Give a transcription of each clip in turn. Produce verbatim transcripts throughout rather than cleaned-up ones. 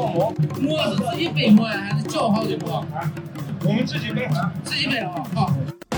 馍， 馍是自己背馍呀，还是叫好的馍？ 我们自己背， 自己背啊，好。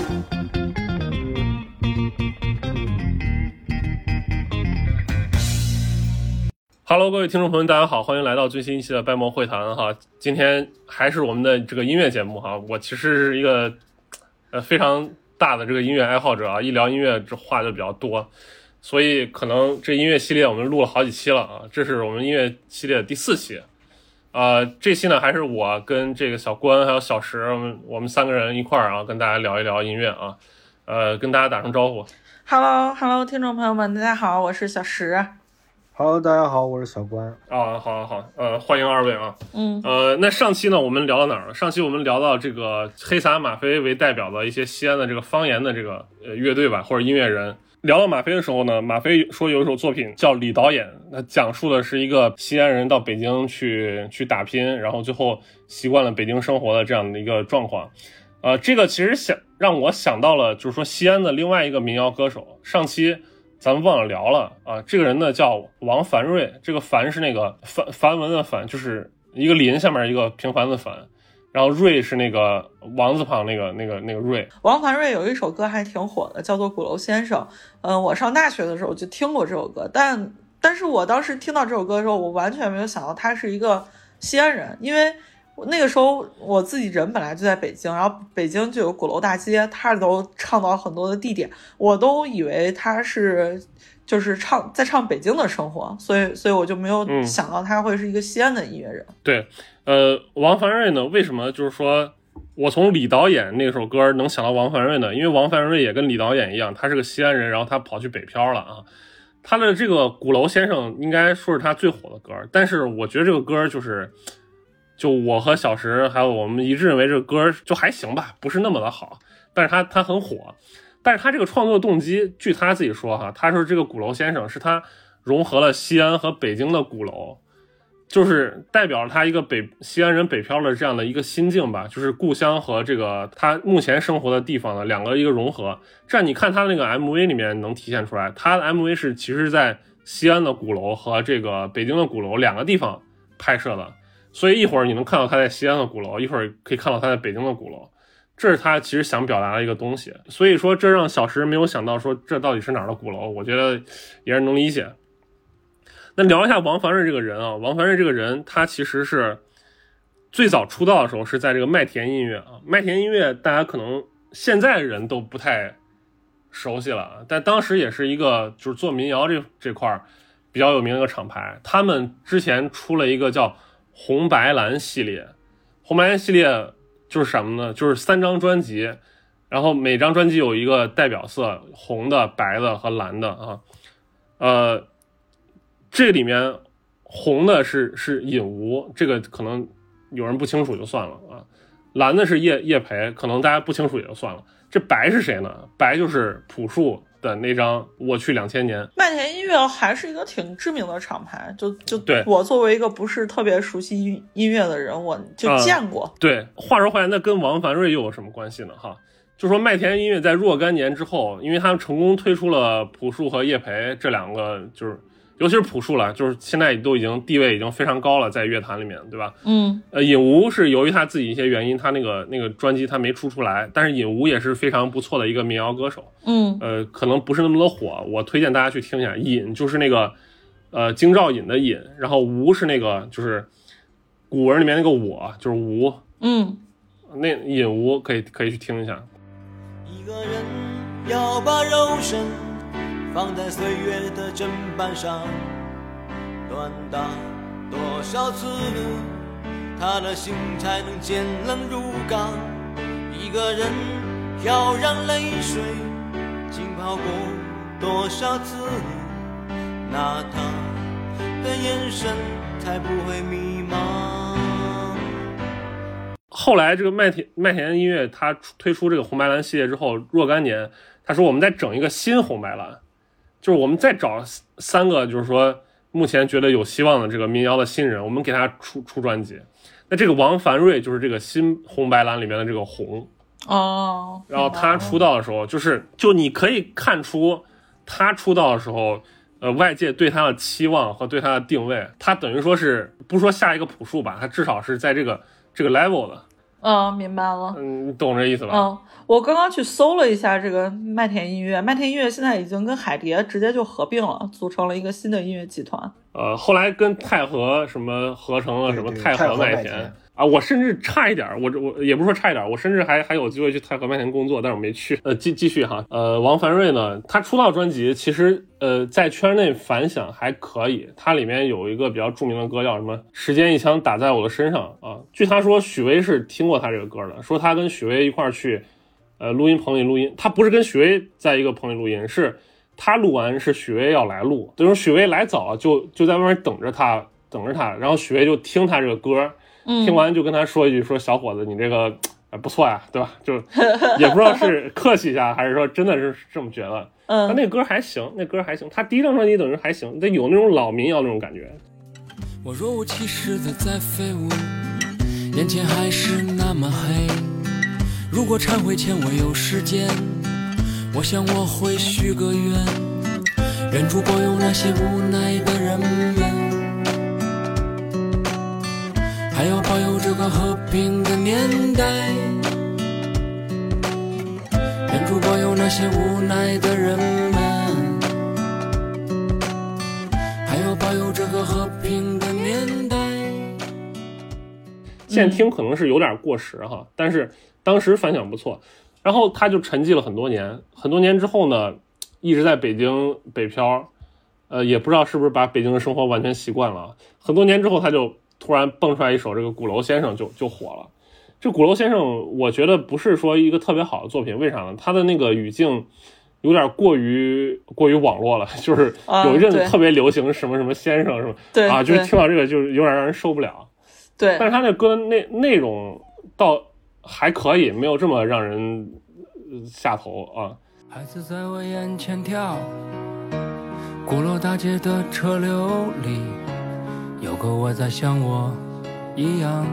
Hello， 各位听众朋友，大家好，欢迎来到最新一期的掰馍会谈哈。今天还是我们的这个音乐节目哈。我其实是一个呃非常大的这个音乐爱好者啊，一聊音乐这话就比较多，所以可能这音乐系列我们录了好几期了啊。这是我们音乐系列的第四期，呃，这期呢还是我跟这个小关还有小石，我们我们三个人一块儿啊，跟大家聊一聊音乐啊，呃，跟大家打声招呼。 Hello Hello， 听众朋友们，大家好，我是小石。 Hello， 大家好，我是小关。 啊，好好好，呃，欢迎二位啊。 嗯， 呃，那上期呢，我们聊到哪儿了？上期我们聊到这个黑撒马菲为代表的一些西安的这个方言的这个呃乐队吧，或者音乐人。聊到马菲的时候呢，马菲说有一首作品叫《李导演》，那讲述的是一个西安人到北京去去打拼，然后最后习惯了北京生活的这样的一个状况。呃，这个其实想让我想到了，就是说西安的另外一个民谣歌手，上期咱们忘了聊了啊，这个人呢叫王凡瑞，这个凡是那个梵梵文的梵，就是一个林下面一个平凡的凡，然后瑞是那个王字旁那个那个那个瑞。 王凡瑞有一首歌还挺火的，叫做《鼓楼先生》。嗯、呃，我上大学的时候就听过这首歌，但但是我当时听到这首歌的时候，我完全没有想到他是一个西安人，因为那个时候我自己人本来就在北京，然后北京就有鼓楼大街，他都倡导很多的地点，我都以为他是就是唱在唱北京的生活，所以所以我就没有想到他会是一个西安的音乐人。 嗯、对，呃，王凡瑞呢，为什么就是说我从李导演那首歌能想到王凡瑞呢？因为王凡瑞也跟李导演一样，他是个西安人，然后他跑去北漂了啊。他的这个鼓楼先生应该说是他最火的歌，但是我觉得这个歌就是就我和小石还有我们一致认为这个歌就还行吧，不是那么的好，但是他他很火。但是他这个创作动机，据他自己说哈，他说这个鼓楼先生是他融合了西安和北京的鼓楼，就是代表了他一个北西安人北漂的这样的一个心境吧，就是故乡和这个他目前生活的地方的两个一个融合。这样你看他那个 M V 里面能体现出来，他的 M V 是其实在西安的鼓楼和这个北京的鼓楼两个地方拍摄的。所以一会儿你能看到他在西安的鼓楼，一会儿可以看到他在北京的鼓楼，这是他其实想表达的一个东西。所以说这让小石没有想到说这到底是哪儿的鼓楼，我觉得也是能理解。那聊一下王凡瑞这个人啊，王凡瑞这个人他其实是最早出道的时候是在这个麦田音乐啊，麦田音乐大家可能现在人都不太熟悉了，但当时也是一个就是做民谣这这块比较有名的一个厂牌，他们之前出了一个叫红白蓝系列，红白蓝系列就是什么呢？就是三张专辑，然后每张专辑有一个代表色，红的、白的和蓝的啊。呃，这里面红的是是尹吴，这个可能有人不清楚就算了啊。蓝的是叶叶培，可能大家不清楚也就算了。这白是谁呢？白就是朴树的那张《我去两千年》。 麦田音乐还是一个挺知名的厂牌，就就对我作为一个不是特别熟悉音乐的人，我就见过。 呃、对，话说回来，那跟王凡瑞又有什么关系呢？哈，就说麦田音乐在若干年之后，因为他们成功推出了朴树和叶培这两个，就是尤其是朴树了，就是现在都已经地位已经非常高了，在乐坛里面，对吧？ 嗯， 呃，尹吴是由于他自己一些原因，他那个那个专辑他没出出来，但是尹吴也是非常不错的一个民谣歌手。 嗯， 呃，可能不是那么的火，我推荐大家去听一下。尹就是那个呃京兆尹的尹，然后吴是那个就是古文里面那个我，就是吴。 嗯， 那尹吴可以可以去听一下。 一个人要把肉身放在岁月的砧板上，短打多少次他的心才能坚冷如钢。一个人要让泪水浸泡过多少次，那他的眼神才不会迷茫。 后来这个麦田麦田音乐他推出这个红白蓝系列之后，若干年他说我们再整一个新红白蓝，就是我们再找三个就是说目前觉得有希望的这个民谣的新人，我们给他出出专辑。那这个王凡瑞就是这个新红白蓝里面的这个红哦， 然后他出道的时候，就是就你可以看出他出道的时候呃外界对他的期望和对他的定位，他等于说是不说下一个朴树吧，他至少是在这个这个 level 的。 嗯，明白了。 嗯，你懂这意思吧？ 嗯，我刚刚去搜了一下这个麦田音乐，麦田音乐现在已经跟海蝶直接就合并了，组成了一个新的音乐集团。 呃，后来跟太和什么合成了什么太和麦田啊，我甚至差一点，我我也不是说差一点，我甚至还还有机会去太和麦田工作，但是我没去。呃，继继续哈，呃，王凡瑞呢，他出道专辑其实呃在圈内反响还可以，它里面有一个比较著名的歌叫什么“时间一枪打在我的身上”啊。据他说，许巍是听过他这个歌的，说他跟许巍一块儿去呃录音棚里录音，他不是跟许巍在一个棚里录音，是他录完是许巍要来录，就是许巍来早就就在外面等着他等着他，然后许巍就听他这个歌。 嗯， 听完就跟他说一句，说小伙子你这个呃不错呀，对吧？就也不知道是客气一下还是说真的是这么觉得。 嗯， 他那歌还行，那歌还行，他第一张专辑等于还行，他有那种老民谣那种感觉。 我若无其事的在飞舞，眼前还是那么黑。如果忏悔前我有时间，我想我会许个愿，忍住保佑那些无奈的人们，还要保佑这个和平的年代，忍住保佑那些无奈的人们，还要保佑这个和平的年代。 现在听可能是有点过时哈，但是当时反响不错。然后他就沉寂了很多年，很多年之后呢，一直在北京北漂，呃，也不知道是不是把北京的生活完全习惯了。很多年之后，他就突然蹦出来一首这个《鼓楼先生》就就火了。这《鼓楼先生》我觉得不是说一个特别好的作品，为啥呢？他的那个语境有点过于过于网络了，就是有一阵子特别流行什么什么先生什么， 对啊，就是听到这个就是有点让人受不了。 对， 但是他那歌的内内容倒还可以，没有这么让人下头啊。 孩子在我眼前跳，鼓楼大街的车流里，有个我在像我一样。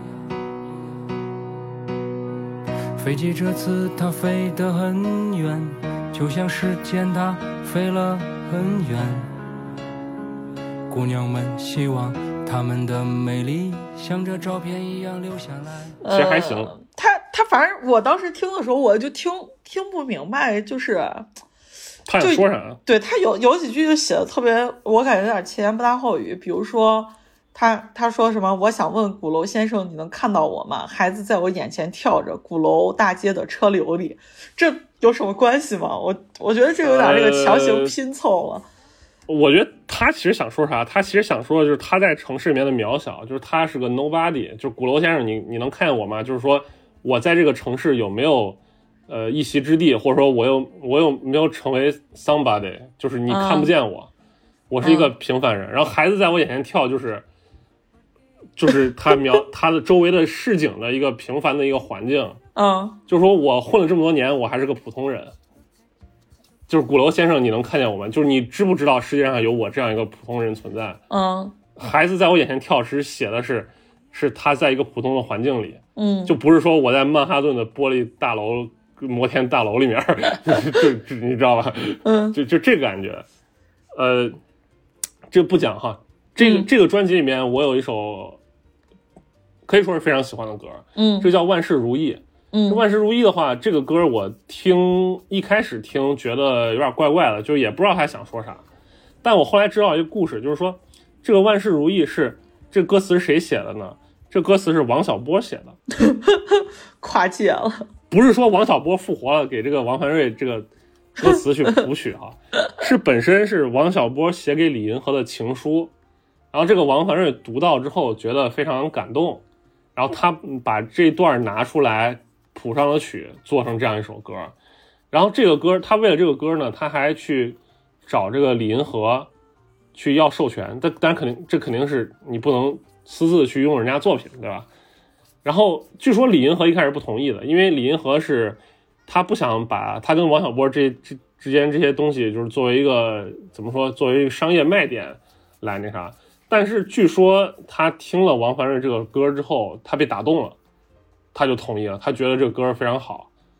飞机这次它飞得很远，就像时间它飞了很远。姑娘们希望她们的美丽像这照片一样留下来。 其实还行。 呃、他他反正我当时听的时候，我就听听不明白，就是他想说啥？ 对，他有有几句就写的特别，我感觉有点前言不搭后语。比如说他他说什么？我想问鼓楼先生，你能看到我吗？孩子在我眼前跳着，鼓楼大街的车流里，这有什么关系吗？我我觉得这有点这个强行拼凑了。呃我觉得他其实想说啥？他其实想说的就是他在城市里面的渺小，就是他是个 nobody。就是鼓楼先生，你你能看见我吗？就是说我在这个城市有没有呃一席之地，或者说我有我有没有成为 somebody？ 就是你看不见我，嗯、我是一个平凡人。嗯、然后孩子在我眼前跳，就是就是他描他的周围的市井的一个平凡的一个环境。 嗯， 就是说我混了这么多年，我还是个普通人。就是鼓楼先生，你能看见我们？就是你知不知道世界上有我这样一个普通人存在？ 嗯， 孩子在我眼前跳，其实写的是，是他在一个普通的环境里， 嗯， 就不是说我在曼哈顿的玻璃大楼、摩天大楼里面，就就你知道吧？ 嗯， 就就这个感觉。呃，这不讲哈，这个、嗯、这个专辑里面，我有一首可以说是非常喜欢的歌， 嗯， 这叫《万事如意》。 嗯， 万事如意的话，这个歌我听一开始听觉得有点怪怪的，就也不知道他想说啥。但我后来知道一个故事，就是说这个万事如意是这歌词是谁写的呢？这歌词是王小波写的， 跨界了。 不是说王小波复活了给这个王凡瑞这个歌词去谱曲哈，是本身是王小波写给李银河的情书，然后这个王凡瑞读到之后觉得非常感动，然后他把这段拿出来。谱上了曲，做成这样一首歌。然后这个歌他为了这个歌呢，他还去找这个李银河去要授权，但但肯定这肯定是你不能私自去用人家作品，对吧？然后据说李银河一开始不同意的，因为李银河是他不想把他跟王小波这这之间这些东西就是作为一个怎么说作为一个商业卖点来那啥，但是据说他听了王凡瑞这个歌之后他被打动了，他就同意了，他觉得这个歌非常好，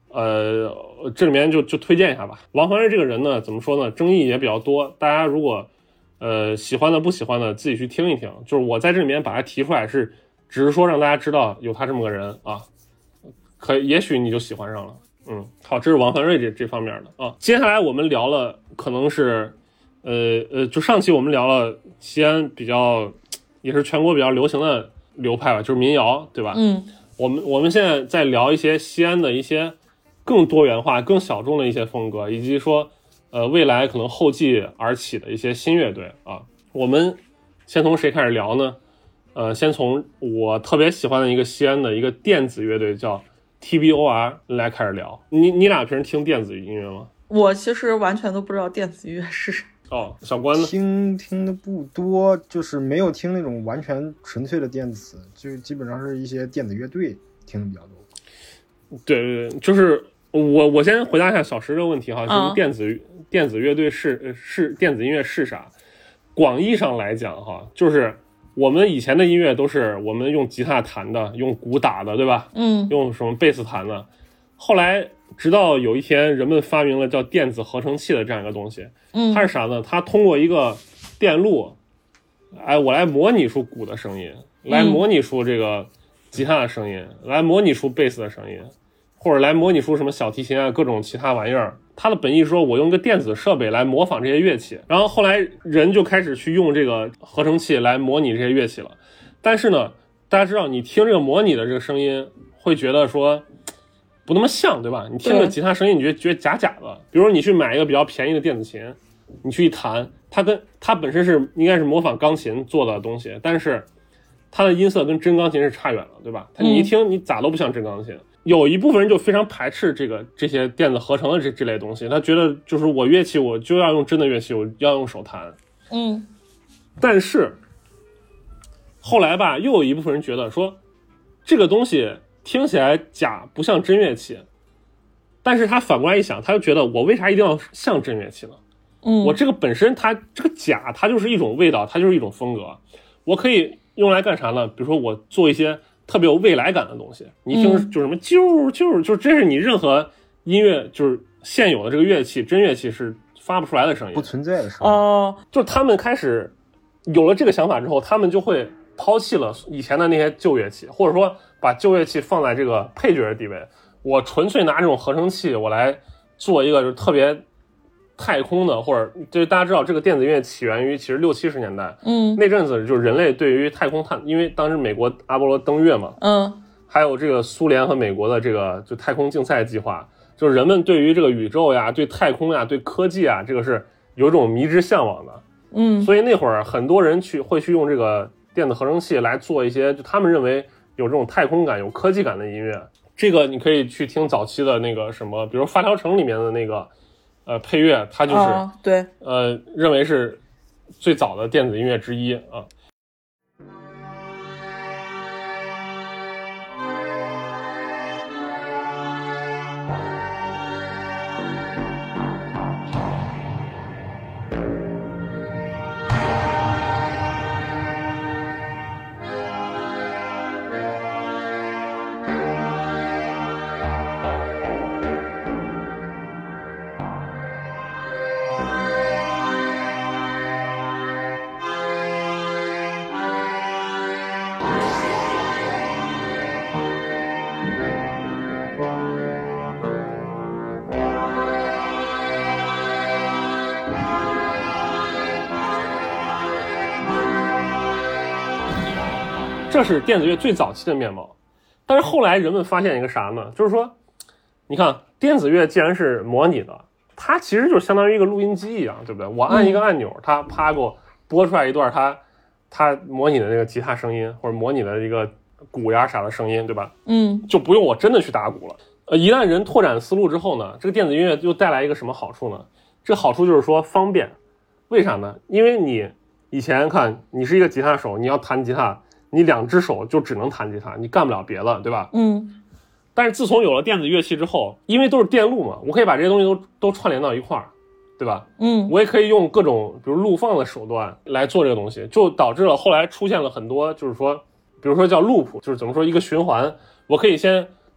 呃，这里面就就推荐一下吧。王凡瑞这个人呢，怎么说呢，争议也比较多，大家如果呃喜欢的不喜欢的自己去听一听。就是我在这里面把他提出来是只是说让大家知道有他这么个人啊，可也许你就喜欢上了。嗯，好，这是王凡瑞这这方面的啊。接下来我们聊了，可能是呃呃，就上期我们聊了西安比较也是全国比较流行的流派吧，就是民谣，对吧？ 嗯， 我们我们现在在聊一些西安的一些更多元化、更小众的一些风格，以及说呃未来可能后继而起的一些新乐队啊。我们先从谁开始聊呢？呃，先从我特别喜欢的一个西安的一个电子乐队叫 T B O R 来开始聊。你你俩平时听电子音乐吗？ 我其实完全都不知道电子乐是啥。 哦，小关呢？ 听听的不多，就是没有听那种完全纯粹的电子，就基本上是一些电子乐队听的比较多。 对对对，就是我我先回答一下小石这个问题哈，就是电子、嗯、电子乐队是是电子音乐是啥？广义上来讲哈，就是我们以前的音乐都是我们用吉他弹的，用鼓打的，对吧？ 嗯， 用什么贝斯弹的。后来直到有一天人们发明了叫电子合成器的这样一个东西。 嗯， 它是啥呢？它通过一个电路，哎，我来模拟出鼓的声音，来模拟出这个吉他的声音，嗯、来模拟出贝斯的声音，或者来模拟出什么小提琴啊各种其他玩意儿。它的本意是说我用一个电子设备来模仿这些乐器，然后后来人就开始去用这个合成器来模拟这些乐器了。但是呢，大家知道你听这个模拟的这个声音会觉得说不那么像，对吧？你听这个吉他声音你觉得觉得假假的。比如说你去买一个比较便宜的电子琴，你去一弹，它跟它本身是应该是模仿钢琴做的东西，但是它的音色跟真钢琴是差远了，对吧？它你一听你咋都不像真钢琴。嗯，有一部分人就非常排斥这个这些电子合成的这这类东西，他觉得就是我乐器我就要用真的乐器，我要用手弹。 嗯， 但是后来吧，又有一部分人觉得说这个东西听起来假，不像真乐器。但是他反过来一想，他就觉得我为啥一定要像真乐器呢？ 嗯， 我这个本身它这个假，它就是一种味道，它就是一种风格，我可以用来干啥呢？比如说我做一些特别有未来感的东西，你听就是什么啾啾，就这是你任何音乐就是现有的这个乐器真乐器是发不出来的声音， 不存在的声音。 哦， 就他们开始有了这个想法之后，他们就会抛弃了以前的那些旧乐器，或者说把旧乐器放在这个配角的地位。我纯粹拿这种合成器，我来做一个就是特别太空的，或者就是大家知道这个电子音乐起源于其实六七十年代， 嗯， 那阵子就是人类对于太空探，因为当时美国阿波罗登月嘛， 嗯， 还有这个苏联和美国的这个就太空竞赛计划，就是人们对于这个宇宙呀、对太空呀、对科技啊，这个是有一种迷之向往的， 嗯， 所以那会儿很多人去会去用这个电子合成器来做一些就他们认为有这种太空感、有科技感的音乐。这个你可以去听早期的那个什么，比如发条城里面的那个呃配乐，它就是、 哦、对， 呃认为是最早的电子音乐之一啊。这是电子乐最早期的面貌，但是后来人们发现一个啥呢？就是说，你看电子乐既然是模拟的，它其实就相当于一个录音机一样，对不对？我按一个按钮，它啪给我播出来一段它它模拟的那个吉他声音，或者模拟的一个鼓呀啥的声音，对吧？ 嗯， 就不用我真的去打鼓了。呃，一旦人拓展思路之后呢，这个电子音乐又带来一个什么好处呢？这个好处就是说方便。为啥呢？因为你以前看你是一个吉他手，你要弹吉他，你两只手就只能弹吉他，你干不了别的，对吧？ 嗯。 但是自从有了电子乐器之后，因为都是电路嘛，我可以把这些东西都都串联到一块儿，对吧？ 嗯， 我也可以用各种比如录放的手段来做这个东西，就导致了后来出现了很多，就是说，比如说叫 loop， 就是怎么说一个循环，我可以先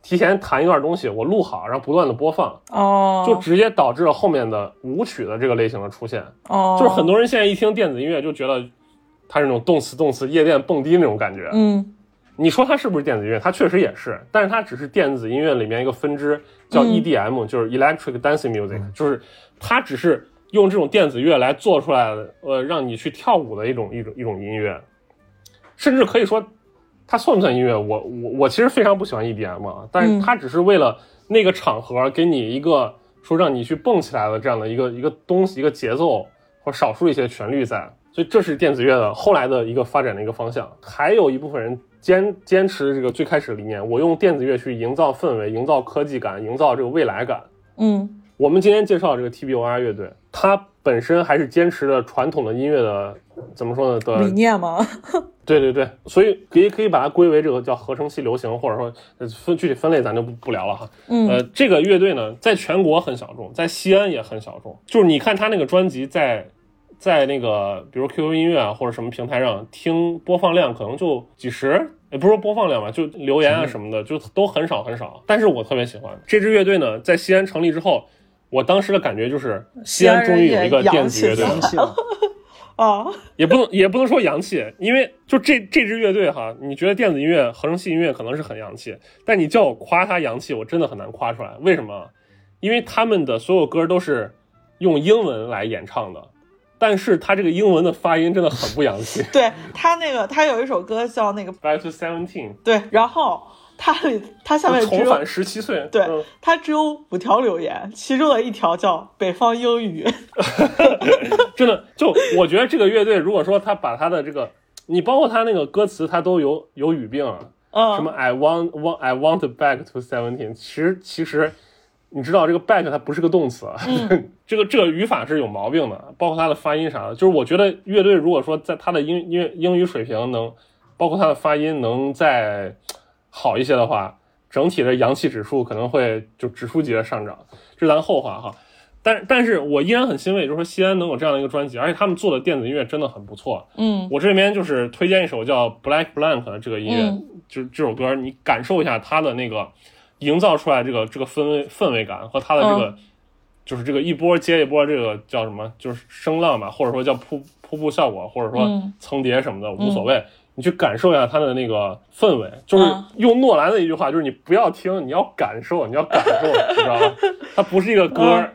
提前弹一段东西，我录好，然后不断的播放， 哦， 就直接导致了后面的舞曲的这个类型的出现。 哦， 就是很多人现在一听电子音乐就觉得它是那种动词动词夜店蹦迪那种感觉。 嗯， 你说它是不是电子音乐？它确实也是，但是它只是电子音乐里面一个分支，叫 E D M，、嗯、就是 Electric Dancing Music，、嗯、就是它只是用这种电子乐来做出来的，呃，让你去跳舞的一种一种一种音乐，甚至可以说。它算不算音乐？我我我其实非常不喜欢 E D M 啊，但是它只是为了那个场合给你一个说让你去蹦起来的这样的一个一个东西，一个节奏或少数一些旋律在，所以这是电子乐的后来的一个发展的一个方向。还有一部分人坚坚持这个最开始的理念，我用电子乐去营造氛围，营造科技感，营造这个未来感。 嗯， 我们今天介绍这个 T B O R 乐队，它本身还是坚持着传统的音乐的怎么说呢的理念吗？ 对对对，所以可以可以把它归为这个叫合成器流行，或者说分具体分类咱就不不聊了哈。 嗯， 呃，这个乐队呢，在全国很小众，在西安也很小众。就是你看他那个专辑在在那个比如 Q Q 音乐啊或者什么平台上听播放量可能就几十，也不是说播放量吧，就留言啊什么的就都很少很少。但是我特别喜欢这支乐队呢，在西安成立之后，我当时的感觉就是西安终于有一个电子乐队了。 啊， 也不能也不能说洋气，因为就这这支乐队哈，你觉得电子音乐、合成器音乐可能是很洋气，但你叫我夸它洋气，我真的很难夸出来。为什么？因为他们的所有歌都是用英文来演唱的，但是他这个英文的发音真的很不洋气。 对他那个，他有一首歌叫那个 Back to Seventeen， 对，然后他里他下面只有重返十七岁， 对、 嗯， 他只有五条留言，其中的一条叫北方英语。 真的，就我觉得这个乐队，如果说他把他的这个，你包括他那个歌词，他都有有语病啊， 嗯， 什么 I want want I want back to seventeen， 其实其实你知道这个 back 它不是个动词，嗯、这个这个语法是有毛病的，包括他的发音啥的。就是我觉得乐队如果说在他的英英英语水平能，包括他的发音能再好一些的话，整体的阳气指数可能会就指数级的上涨，这是咱后话哈。但但是我依然很欣慰，就是说西安能有这样的一个专辑，而且他们做的电子音乐真的很不错。 嗯，我这边就是推荐一首叫 Black Blank 的这个音乐， 嗯、 就这首歌，你感受一下它的那个营造出来这个这个氛围氛围感和它的这个、嗯、就是这个一波接一波这个叫什么，就是声浪吧，或者说叫瀑瀑布效果，或者说层叠什么的、嗯、无所谓。你去感受一下它的那个氛围，就是用诺兰的一句话，就是你不要听，你要感受，你要感受，你知道吗？它不是一个歌。嗯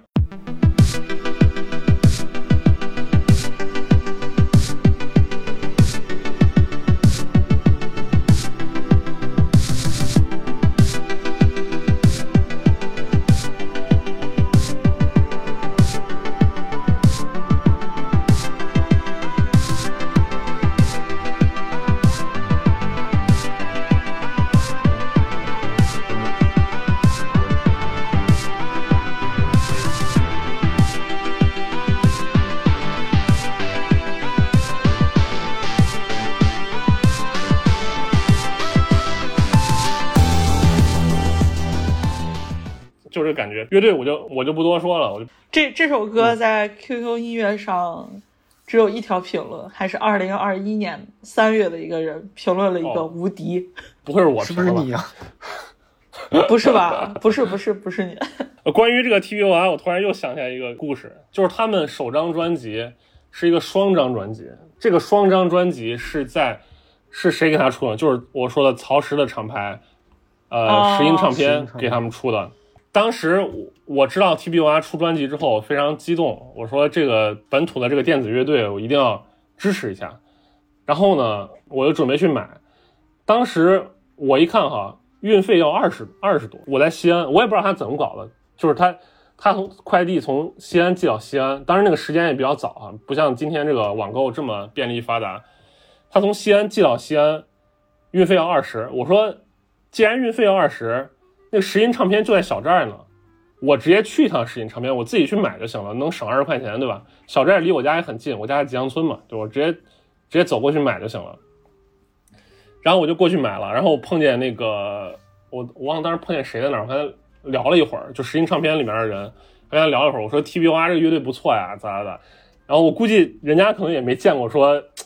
就是感觉乐队我就我就不多说了，我就这这首歌在 Q Q 音乐上只有一条评论，还是二零二一年三月的一个人评论了一个无敌， 哦、不会是我是不是你啊？ 不是吧？不是不是不是你。 关于这个 T B O R， 我突然又想起来一个故事，就是他们首张专辑是一个双张专辑，这个双张专辑是在是谁给他出的？就是我说的曹石的厂牌，呃，石英唱片给他们出的。当时我知道 T B O R 出专辑之后，我非常激动，我说这个本土的这个电子乐队我一定要支持一下。然后呢，我就准备去买。当时我一看哈，运费要二十二十多，我在西安，我也不知道他怎么搞的，就是他他从快递从西安寄到西安，当然那个时间也比较早啊，不像今天这个网购这么便利发达。他从西安寄到西安，运费要二十。我说，既然运费要二十。那个石音唱片就在小寨呢，我直接去一趟石音唱片，我自己去买就行了，能省二十块钱，对吧？小寨离我家也很近，我家在吉阳村嘛，对，我直接直接走过去买就行了。然后我就过去买了，然后我碰见那个我我忘了当时碰见谁在哪儿，我跟他聊了一会儿，就石音唱片里面的人，跟他聊了一会儿，我说 T B O R 这个乐队不错呀，咋咋咋。然后我估计人家可能也没见过说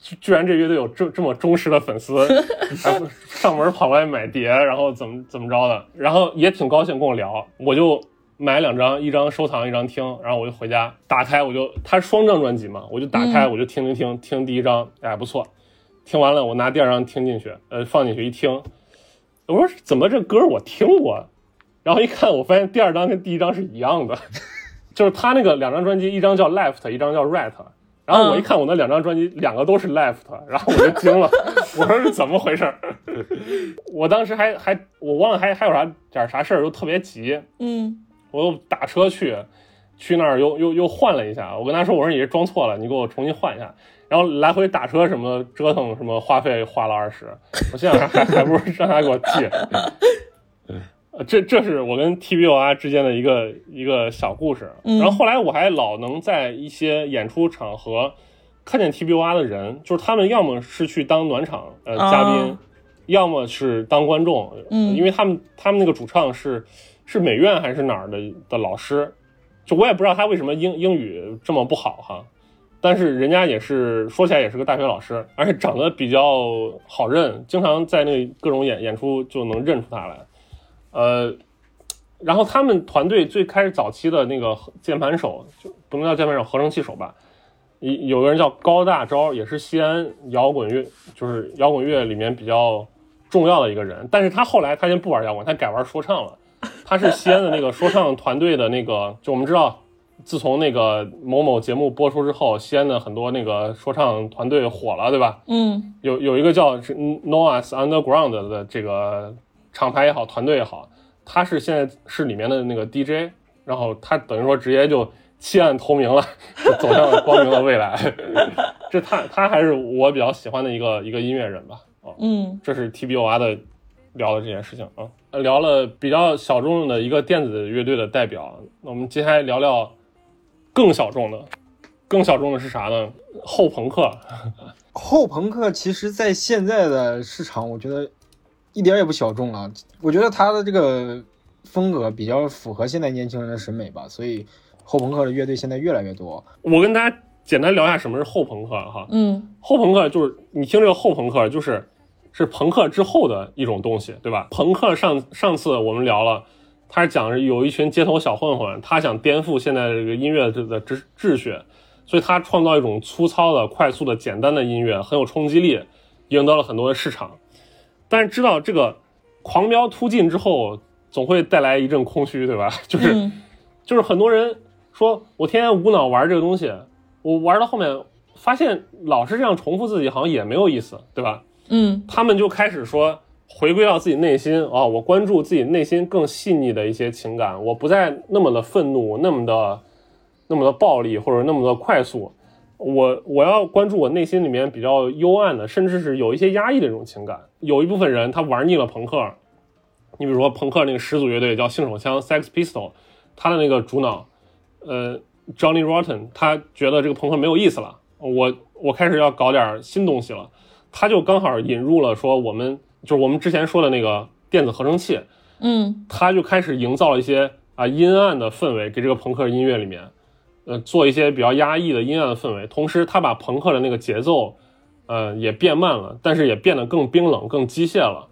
居然这乐队有这这么忠实的粉丝，还上门跑过来买碟，然后怎么怎么着的，然后也挺高兴跟我聊，我就买两张，一张收藏，一张听，然后我就回家打开，我就它是双张专辑嘛，我就打开，我就听听听听第一张，哎不错，听完了我拿第二张听进去，呃放进去一听，我说怎么这歌我听过，然后一看我发现第二张跟第一张是一样的，就是他那个两张专辑，一张叫 Left， 一张叫 Right。然后我一看我那两张专辑、嗯、两个都是 Left， 然后我就惊了，我说是怎么回事？我当时还还我忘了还还有啥点啥事儿，又特别急， 嗯， 我又打车去去那儿又又又换了一下，我跟他说我说你这装错了，你给我重新换一下，然后来回打车什么折腾什么花费花了二十，我现在还还不如让他给我寄。这这是我跟 T B O R 之间的一个一个小故事， 嗯， 然后后来我还老能在一些演出场合看见 T B O R 的人，就是他们要么是去当暖场呃嘉宾，哦，要么是当观众， 嗯， 因为他们他们那个主唱是是美院还是哪儿的的老师，就我也不知道他为什么英英语这么不好哈，但是人家也是说起来也是个大学老师，而且长得比较好认，经常在那各种演演出就能认出他来。呃，然后他们团队最开始早期的那个键盘手，就不能叫键盘手，合成器手吧，有个人叫高大钊，也是西安摇滚乐，就是摇滚乐里面比较重要的一个人。但是他后来他先不玩摇滚，他改玩说唱了。他是西安的那个说唱团队的那个，就我们知道，自从那个某某节目播出之后，西安的很多那个说唱团队火了，对吧？ 嗯， 有有一个叫 Noah's Underground 的这个厂牌也好，团队也好，他是现在是里面的那个 D J， 然后他等于说直接就弃暗投明了，就走向了光明的未来。这他他还是我比较喜欢的一个一个音乐人吧。哦， 嗯， 这是 T B O R 的聊的这件事情啊，聊了比较小众的一个电子乐队的代表。那我们接下来聊聊更小众的，更小众的是啥呢？后朋克。 后朋克其实在现在的市场，我觉得一点也不小众了，我觉得他的这个风格比较符合现在年轻人的审美吧，所以后朋克的乐队现在越来越多。 我跟大家简单聊一下什么是后朋克哈。 嗯， 后朋克就是你听这个后朋克就是是朋克之后的一种东西，对吧？朋克上上次我们聊了，他是讲是有一群街头小混混，他想颠覆现在这个音乐的秩秩序，所以他创造一种粗糙的、快速的、简单的音乐，很有冲击力，赢得了很多的市场。但是知道这个狂飙突进之后总会带来一阵空虚，对吧？就是、嗯、就是很多人说我天天无脑玩这个东西，我玩到后面发现老是这样重复自己好像也没有意思，对吧？ 嗯， 他们就开始说回归到自己内心啊、哦，我关注自己内心更细腻的一些情感，我不再那么的愤怒，那么的那么的暴力或者那么的快速，我我要关注我内心里面比较幽暗的，甚至是有一些压抑的这种情感。有一部分人他玩腻了朋克，你比如说朋克那个始祖乐队叫性手枪 Sex Pistol， 他的那个主脑呃 Johnny Rotten， 他觉得这个朋克没有意思了，我我开始要搞点新东西了，他就刚好引入了说我们就是我们之前说的那个电子合成器， 嗯， 他就开始营造了一些啊阴暗的氛围给这个朋克音乐里面。呃，做一些比较压抑的阴暗的氛围，同时他把朋克的那个节奏，呃，也变慢了，但是也变得更冰冷、更机械了。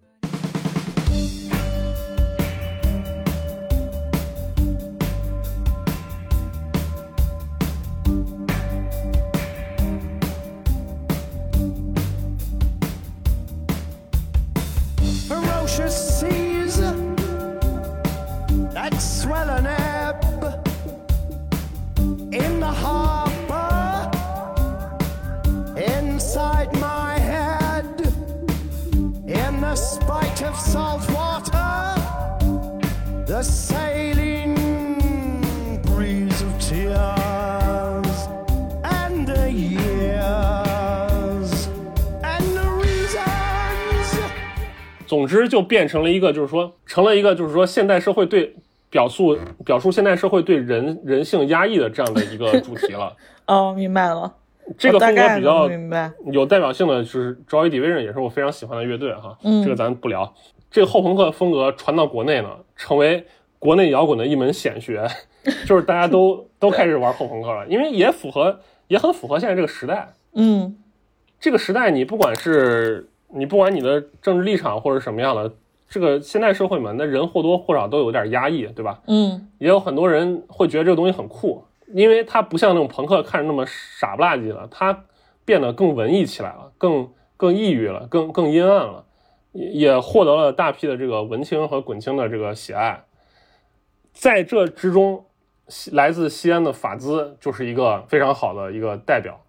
总之就变成了一个就是说成了一个就是说现代社会对表述表述现代社会对人人性压抑的这样的一个主题了。 哦，明白了。 这个风格比较有代表性的就是 Joy Division， 也是我非常喜欢的乐队哈。 嗯， 这个咱不聊。这个后朋克风格传到国内呢，成为国内摇滚的一门显学，就是大家都都开始玩后朋克了，因为也符合也很符合现在这个时代。 嗯， 这个时代你不管是你不管你的政治立场或者什么样的，这个现代社会嘛，那人或多或少都有点压抑，对吧？ 嗯， 也有很多人会觉得这个东西很酷，因为它不像那种朋克看着那么傻不拉几了，它变得更文艺起来了，更更抑郁了，更更阴暗了，也获得了大批的这个文青和滚青的这个喜爱。在这之中，来自西安的法兹就是一个非常好的一个代表。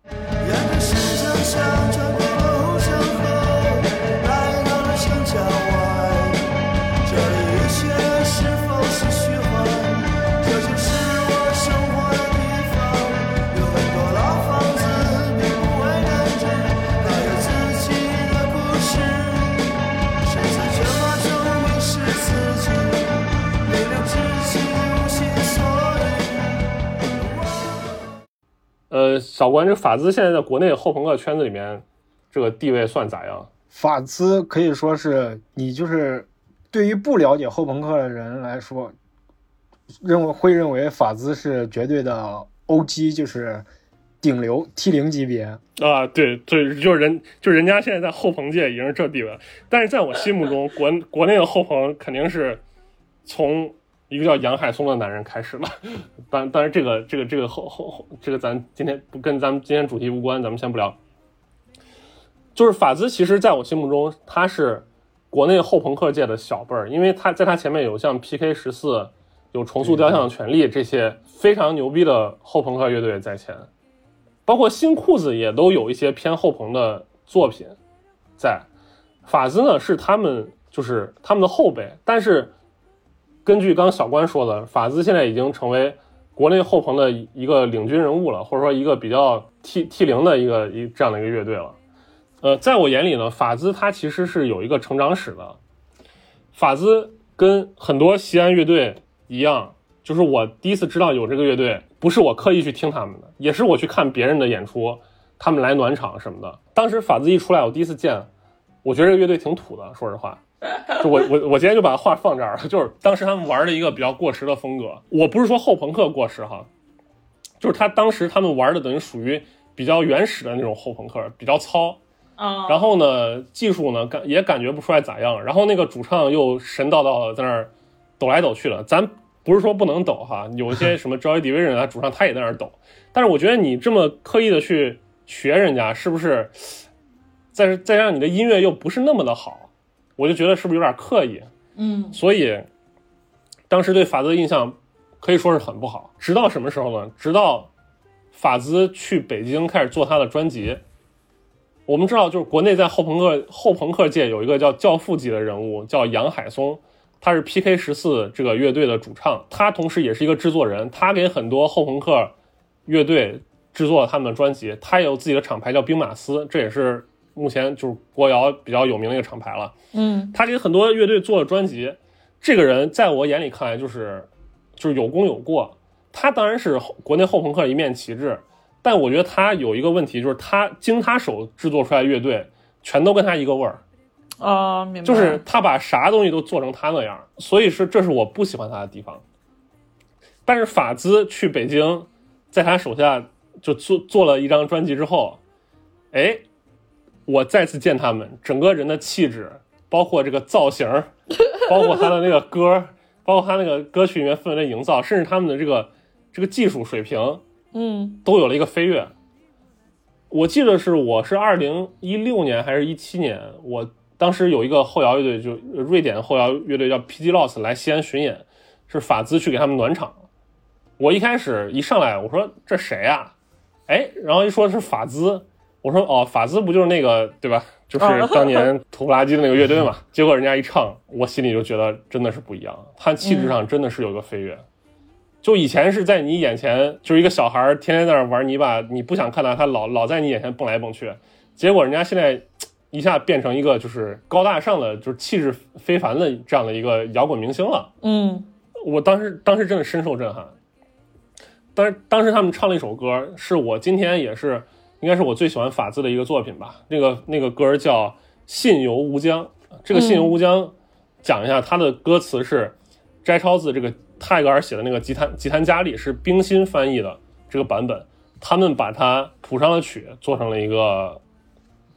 呃，小关，这法兹现在在国内后朋克圈子里面，这个地位算咋样？ 法兹可以说是你就是对于不了解后朋克的人来说，认为会认为法兹是绝对的 O G， 就是顶流 T 零 级别啊。对对，就是人就人家现在在后朋界已经是这地位了，但是在我心目中，国国内的后朋肯定是从一个叫杨海松的男人开始了，当当然这个这个这个后后后这个咱今天不跟咱们今天主题无关，咱们先不聊。就是法兹，其实在我心目中他是国内后朋克界的小辈儿，因为他在他前面有像 P K 十四、有重塑雕像权利这些非常牛逼的后朋克乐队在前，包括新裤子也都有一些偏后朋的作品在。法兹呢是他们就是他们的后辈，但是根据刚刚小关说的，法兹现在已经成为国内后朋的一个领军人物了，或者说一个比较 T T 零的一个一这样的一个乐队了。呃，在我眼里呢，法兹它其实是有一个成长史的。法兹跟很多西安乐队一样，就是我第一次知道有这个乐队，不是我刻意去听他们的，也是我去看别人的演出，他们来暖场什么的。当时法兹一出来，我第一次见，我觉得这个乐队挺土的，说实话。就我我我今天就把话放这儿了，就是当时他们玩的一个比较过时的风格。我不是说后朋克过时哈，就是他当时他们玩的等于属于比较原始的那种后朋克，比较糙。然后呢，技术呢感也感觉不出来咋样，然后那个主唱又神叨叨的在那儿抖来抖去的。咱不是说不能抖哈，有一些什么 Joy Division 啊，主唱他也在那儿抖，但是我觉得你这么刻意的去学人家，是不是再再让你的音乐又不是那么的好，我就觉得是不是有点刻意。 嗯， 所以当时对法兹的印象可以说是很不好。直到什么时候呢？直到法兹去北京开始做他的专辑。我们知道，就是国内在后朋克后朋克界有一个叫教父级的人物，叫杨海松，他是 P K 十四 这个乐队的主唱，他同时也是一个制作人，他给很多后朋克乐队制作了他们的专辑，他也有自己的厂牌叫兵马司，这也是目前就是国谣比较有名的一个厂牌了。 嗯， 他给很多乐队做了专辑，这个人在我眼里看来就是就是有功有过，他当然是国内后朋克一面旗帜。但我觉得他有一个问题，就是他经他手制作出来的乐队全都跟他一个味儿啊，明白， 就是他把啥东西都做成他那样，所以是这是我不喜欢他的地方。但是法兹去北京，在他手下就做做了一张专辑之后，哎，我再次见他们，整个人的气质，包括这个造型，包括他的那个歌，包括他那个歌曲里面氛围的营造，甚至他们的这个这个技术水平。 嗯， 都有了一个飞跃。我记得是我是二零一六年还是一七年，我当时有一个后摇乐队，就瑞典后摇乐队叫 P G Loss 来西安巡演，是法兹去给他们暖场。我一开始一上来我说这谁啊？哎，然后一说是法兹，我说哦，法兹不就是那个对吧？就是当年土不拉几的那个乐队嘛。结果人家一唱，我心里就觉得真的是不一样，他气质上真的是有个飞跃。嗯，就以前是在你眼前就是一个小孩天天在那玩泥巴，你不想看到他老老在你眼前蹦来蹦去，结果人家现在一下变成一个就是高大上的就是气质非凡的这样的一个摇滚明星了。 嗯， 我当时当时真的深受震撼。当时当时他们唱了一首歌，是我今天也是应该是我最喜欢法兹的一个作品吧，那个那个歌叫《信游无疆》。这个《信游无疆》讲一下，它的歌词是摘抄自这个泰戈尔写的那个吉檀吉檀迦利，是冰心翻译的这个版本，他们把它谱上了曲，做成了一个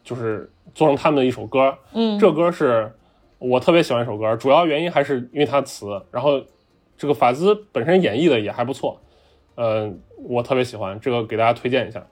就是做成他们的一首歌。 嗯， 这歌是我特别喜欢一首歌，主要原因还是因为它词，然后这个法兹本身演绎的也还不错，呃，我特别喜欢这个，给大家推荐一下。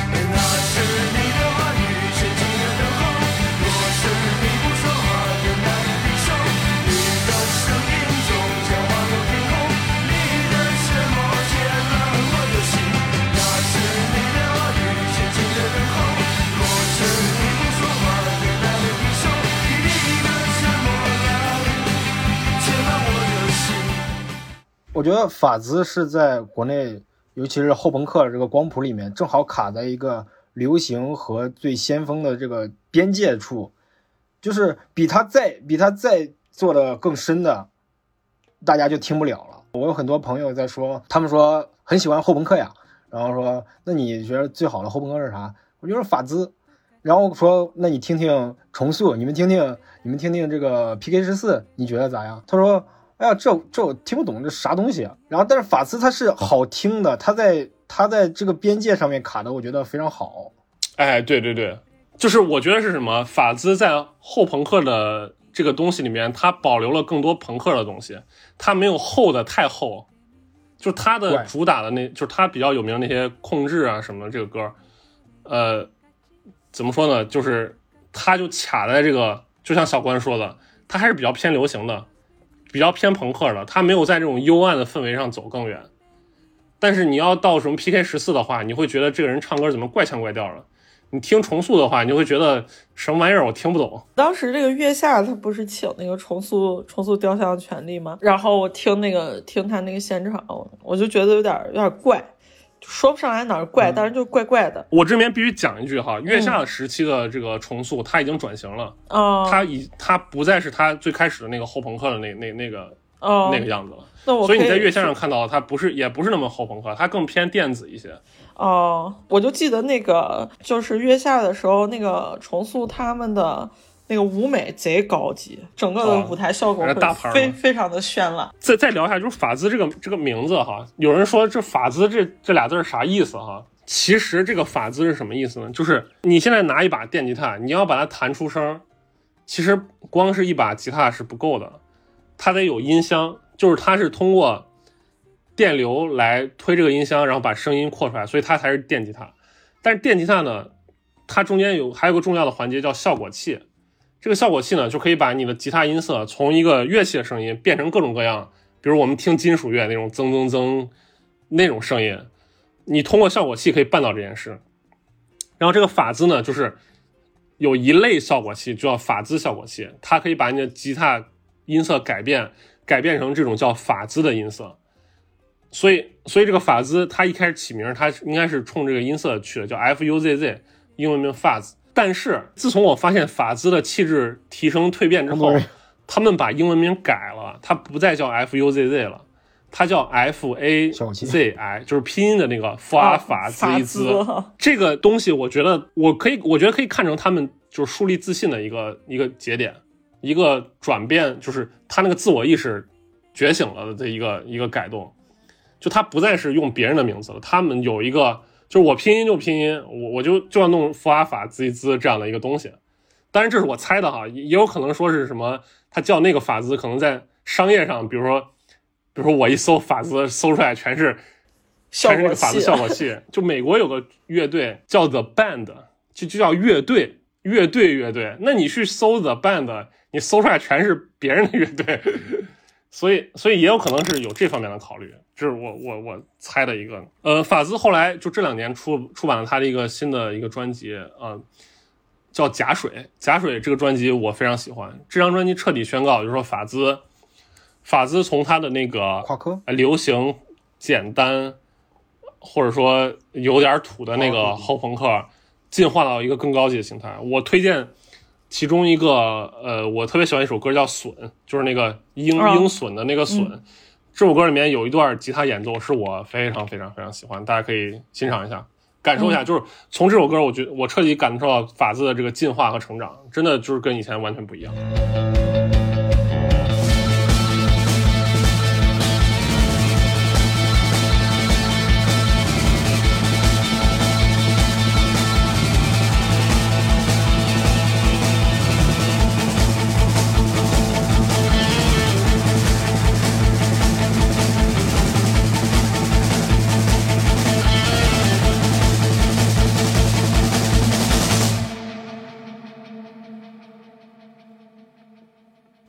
我觉得法兹是在国内，尤其是后朋克这个光谱里面，正好卡在一个流行和最先锋的这个边界处，就是比他再比他再做的更深的，大家就听不了了。我有很多朋友在说，他们说很喜欢后朋克呀，然后说那你觉得最好的后朋克是啥？我觉得法兹。然后说那你听听重塑，你们听听你们听听这个 P K 十四，你觉得咋样？他说哎呀，这这我听不懂，这啥东西啊？然后，但是法兹它是好听的，它在它在这个边界上面卡的，我觉得非常好。 哎，对对对，就是我觉得是什么？法兹在后朋克的这个东西里面，它保留了更多朋克的东西，它没有厚的太厚。就它的主打的那，就是它比较有名的那些控制啊什么的这个歌，呃，怎么说呢？就是它就卡在这个，就像小关说的，它还是比较偏流行的。比较偏朋克的，他没有在这种幽暗的氛围上走更远。但是你要到什么 P K 十四 的话，你会觉得这个人唱歌怎么怪腔怪调的。你听重塑的话，你就会觉得什么玩意儿我听不懂。 当时这个月下他不是请那个重塑重塑雕像的权利吗？然后我听那个听他那个现场，我就觉得有点有点怪。说不上来哪儿怪、嗯、但是就怪怪的。 我这边必须讲一句哈，月下时期的这个重塑他已经转型了， 哦、 他已他不再是他最开始的那个后朋克的那那那个、 哦、 那个样子了。 那我所以你在月下上看到他不是也不是那么后朋克，他更偏电子一些。 哦，我就记得那个就是月下的时候，那个重塑他们的那个舞美贼高级，整个的舞台效果会非、哦、非常的绚烂。 再再聊一下，就是法兹这个这个名字哈，有人说这法兹这这俩字是啥意思哈？其实这个法兹是什么意思呢？就是你现在拿一把电吉他，你要把它弹出声，其实光是一把吉他是不够的，它得有音箱，就是它是通过电流来推这个音箱，然后把声音扩出来，所以它才是电吉他。但是电吉他呢，它中间有还有个重要的环节叫效果器。这个效果器呢，就可以把你的吉他音色从一个乐器的声音变成各种各样，比如我们听金属乐那种增增增那种声音，你通过效果器可以办到这件事。然后这个法兹呢，就是有一类效果器，就叫法兹效果器，它可以把你的吉他音色改变，改变成这种叫法兹的音色。所以，所以这个法兹它一开始起名，它应该是冲这个音色去的，叫 F U Z Z， 英文名 Fuzz。但是自从我发现法兹的气质提升蜕变之后，他们把英文名改了，它不再叫 F U Z Z 了，它叫 F A Z I， 就是拼音的那个佛阿法兹一兹。这个东西我觉得我可以，我觉得可以看成他们就是树立自信的一个一个节点，一个转变，就是他那个自我意识觉醒了的一个一个改动。就他不再是用别人的名字了，他们有一个。就是我拼音就拼音，我我就就要弄佛阿法兹一兹这样的一个东西。当然这是我猜的哈，也有可能说是什么，他叫那个法兹可能在商业上，比如说，比如说我一搜法兹，搜出来全是全是那个法兹效果器。就美国有个乐队叫 The Band， 就就叫乐队乐队乐队。那你去搜 The Band， 你搜出来全是别人的乐队。所以，所以也有可能是有这方面的考虑，这是我我我猜的一个。呃，法兹后来就这两年出出版了他的一个新的一个专辑，呃，叫《假水》。《假水》这个专辑我非常喜欢，这张专辑彻底宣告，就是说法兹，法兹从他的那个夸克流行、简单，或者说有点土的那个后朋克，进化到一个更高级的形态。我推荐。其中一个呃，我特别喜欢一首歌叫《笋》，就是那个鹰鹰隼的那个隼、嗯。这首歌里面有一段吉他演奏是我非常非常非常喜欢，大家可以欣赏一下，感受一下。嗯、就是从这首歌，我觉得我彻底感受到法兹的这个进化和成长，真的就是跟以前完全不一样。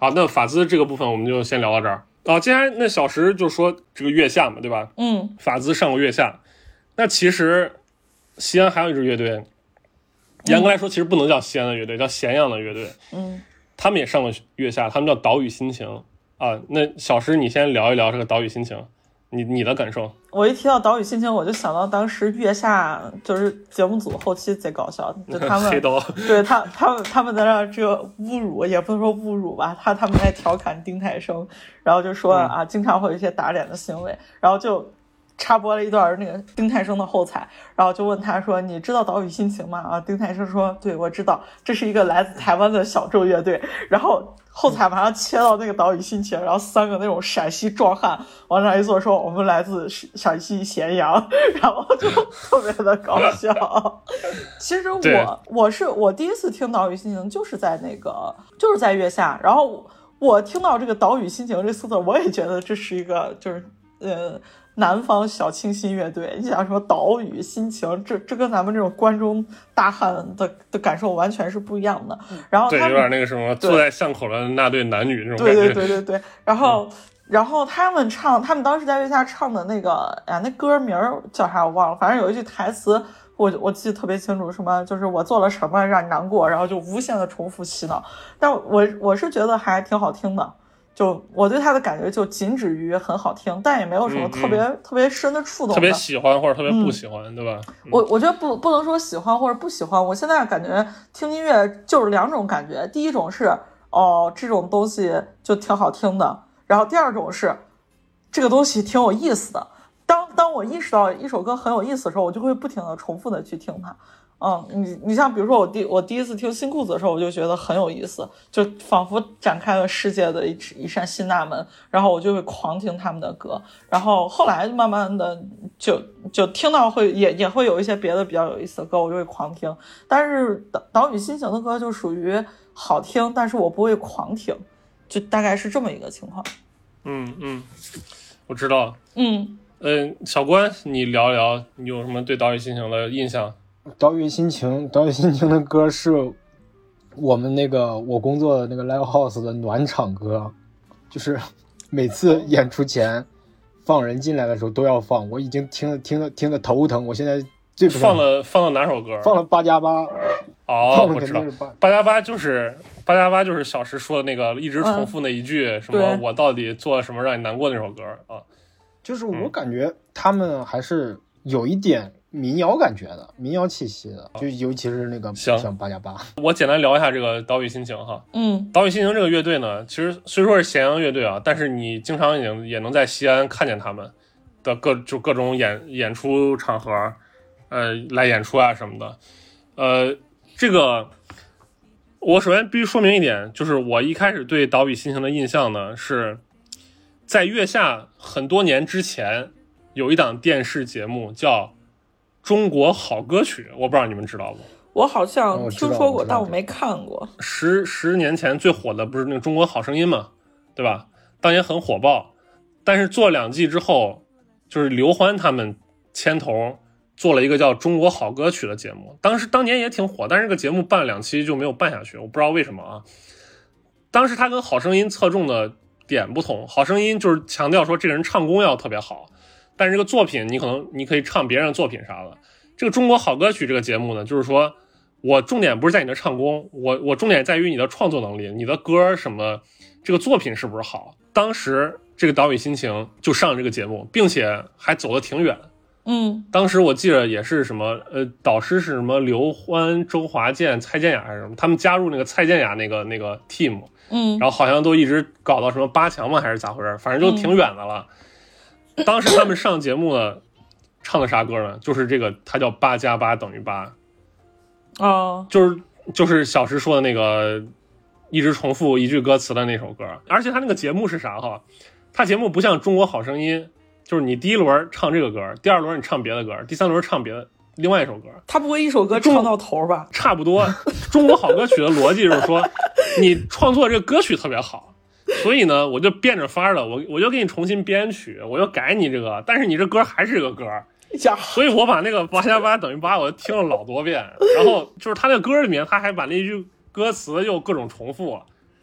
好，那法兹这个部分我们就先聊到这儿啊。接下来那小石就说这个月下嘛，对吧？ 嗯， 法兹上过月下，那其实西安还有一支乐队，严格来说其实不能叫西安的乐队，叫咸阳的乐队。 嗯， 他们也上过月下，他们叫岛屿心情啊。那小石你先聊一聊这个岛屿心情，你你的感受。 我一提到岛屿心情，我就想到当时月下就是节目组后期贼搞笑，就他们黑刀， 对他他们他们在那这个侮辱，也不能说侮辱吧，他他们在调侃丁太升，然后就说、嗯、啊，经常会有一些打脸的行为，然后就插播了一段那个丁太升的后采，然后就问他说：“你知道岛屿心情吗？”啊，丁太升说：“对，我知道，这是一个来自台湾的小众乐队。”然后后采马上切到那个岛屿心情，然后三个那种陕西壮汉往那一坐，说：“我们来自陕西咸阳。”然后就特别的搞笑。其实我我是我第一次听岛屿心情就是在那个就是在月下，然后我听到这个岛屿心情这四字，我也觉得这是一个就是呃。南方小清新乐队，你想说岛屿心情，这这跟咱们这种关中大汉的的感受完全是不一样的。然后对，有点那个什么坐在巷口的那对男女那种感觉。对对对对对。然后、嗯、然后他们唱，他们当时在月下唱的那个，哎呀，那歌名叫啥我忘了，反正有一句台词我我记得特别清楚，什么就是我做了什么让你难过，然后就无限的重复洗脑。但我我是觉得还挺好听的。就我对他的感觉就仅止于很好听，但也没有什么特别、嗯嗯、特别深的触动的， 特别喜欢或者特别不喜欢、嗯、对吧、嗯、 我我觉得不不能说喜欢或者不喜欢，我现在感觉听音乐就是两种感觉，第一种是哦这种东西就挺好听的，然后第二种是这个东西挺有意思的，当当我意识到一首歌很有意思的时候，我就会不停的重复的去听它。嗯，你你像比如说我第我第一次听新裤子的时候，我就觉得很有意思，就仿佛展开了世界的一一扇新大门，然后我就会狂听他们的歌，然后后来慢慢的就就听到会也也会有一些别的比较有意思的歌，我就会狂听。但是岛岛屿心情的歌就属于好听，但是我不会狂听，就大概是这么一个情况。 嗯嗯，我知道。 嗯嗯，小关，你聊一聊你有什么对岛屿心情的印象？ 岛屿心情，岛屿心情的歌是我们那个我工作的那个 live house 的暖场歌，就是每次演出前放人进来的时候都要放，我已经听了听了听了头疼，我现在最不放了放了哪首歌？ 放了八加八。 哦，我知道，八加八就是八加八就是小石说的那个一直重复那一句、嗯、什么我到底做了什么让你难过那首歌啊。 就是我感觉他们还是有一点民谣感觉的，民谣气息的，就尤其是那个像八加八。 我简单聊一下这个岛屿心情哈。 嗯， 岛屿心情这个乐队呢，其实虽说是咸阳乐队啊，但是你经常也也能在西安看见他们的各就各种演演出场合，呃，来演出啊什么的。呃，这个我首先必须说明一点，就是我一开始对岛屿心情的印象呢，是在月下很多年之前有一档电视节目叫中国好歌曲，我不知道你们知道不？ 我好像听说过，但我没看过。 十十年前最火的不是那个中国好声音嘛，对吧？当年很火爆，但是做两季之后，就是刘欢他们牵头做了一个叫中国好歌曲的节目，当时当年也挺火，但是这个节目办了两期就没有办下去，我不知道为什么啊。当时他跟好声音侧重的点不同，好声音就是强调说这个人唱功要特别好，但是这个作品你可能你可以唱别人的作品啥的。这个中国好歌曲这个节目呢，就是说我重点不是在你的唱功，我我重点在于你的创作能力，你的歌什么这个作品是不是好。当时这个岛屿心情就上这个节目，并且还走得挺远。 嗯， 当时我记得也是什么呃，导师是什么刘欢、周华健、蔡健雅还是什么，他们加入那个蔡健雅那个那个 team。 嗯， 然后好像都一直搞到什么八强嘛还是咋回事，反正就挺远的了。嗯、当时他们上节目呢唱的啥歌呢？就是这个，它叫八加八等于八。 哦， 就是就是小石说的那个一直重复一句歌词的那首歌。而且他那个节目是啥哈？他节目不像中国好声音，就是你第一轮唱这个歌，第二轮你唱别的歌，第三轮唱别的另外一首歌。 他不会一首歌唱到头吧？ 差不多。中国好歌曲的逻辑就是说，你创作这个歌曲特别好，所以呢，我就变着法的，我我就给你重新编曲，我就改你这个，但是你这歌还是这个歌。所以我把那个八加八等于八我听了老多遍，然后就是他那个歌里面他还把那句歌词又各种重复，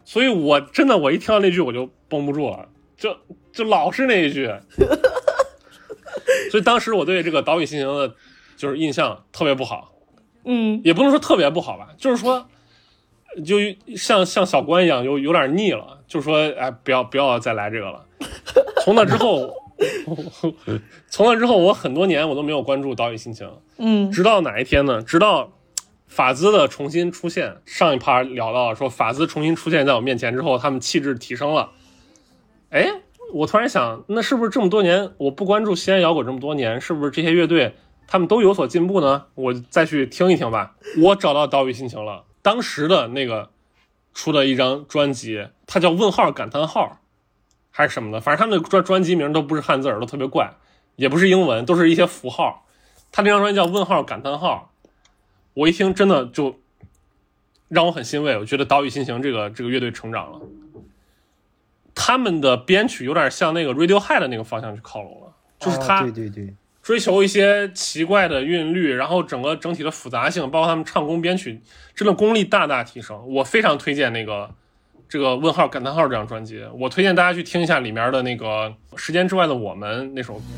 所以我真的我一听到那句我就绷不住了，就就老是那一句。所以当时我对这个岛屿心情的就是印象特别不好， 嗯， 也不能说特别不好吧，就是说就像像小关一样有有点腻了，就是说哎不要不要再来这个了。从那之后从那之后我很多年我都没有关注岛屿心情， 嗯， 直到哪一天呢，直到法兹的重新出现，上一趴聊到说法兹重新出现在我面前之后，他们气质提升了。哎，我突然想，那是不是这么多年我不关注西安摇滚这么多年，是不是这些乐队他们都有所进步呢？我再去听一听吧。我找到岛屿心情了，当时的那个出的一张专辑，它叫问号感叹号还是什么的，反正他们的专专辑名都不是汉字儿，都特别怪，也不是英文，都是一些符号。他这张专辑叫问号感叹号，我一听真的就让我很欣慰，我觉得岛屿心情这个这个乐队成长了。他们的编曲有点向那个 Radiohead 的那个方向去靠拢了，就是他对对对， 追求一些奇怪的韵律，然后整个整体的复杂性，包括他们唱功编曲，真的功力大大提升。我非常推荐那个这个问号感叹号这张专辑，我推荐大家去听一下里面的那个时间之外的我们那首歌。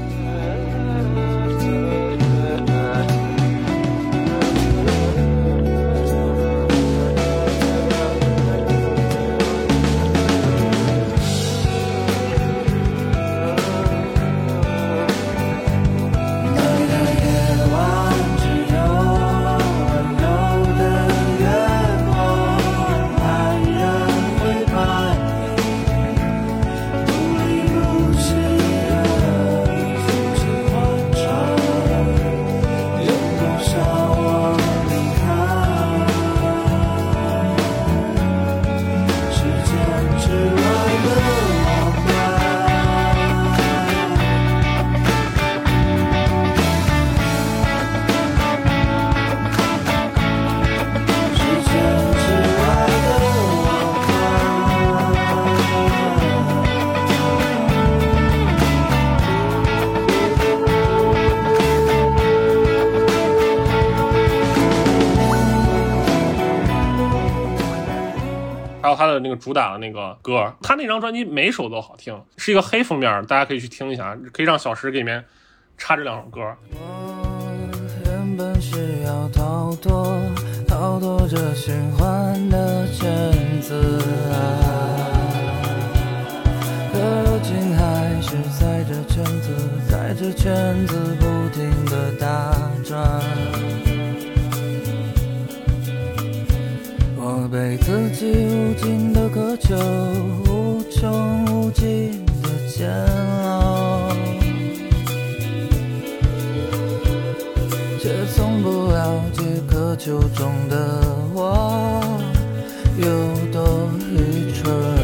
还有他的那个主打的那个歌，他那张专辑每首都好听，是一个黑封面，大家可以去听一下，可以让小石给里面插这两首歌。 我原本是要逃脱逃脱这循环的圈子啊，可如今还是在这圈子在这圈子不停地打转，我被自己无尽的渴求，无穷无尽的煎熬，却从不了解渴求中的我有多愚蠢。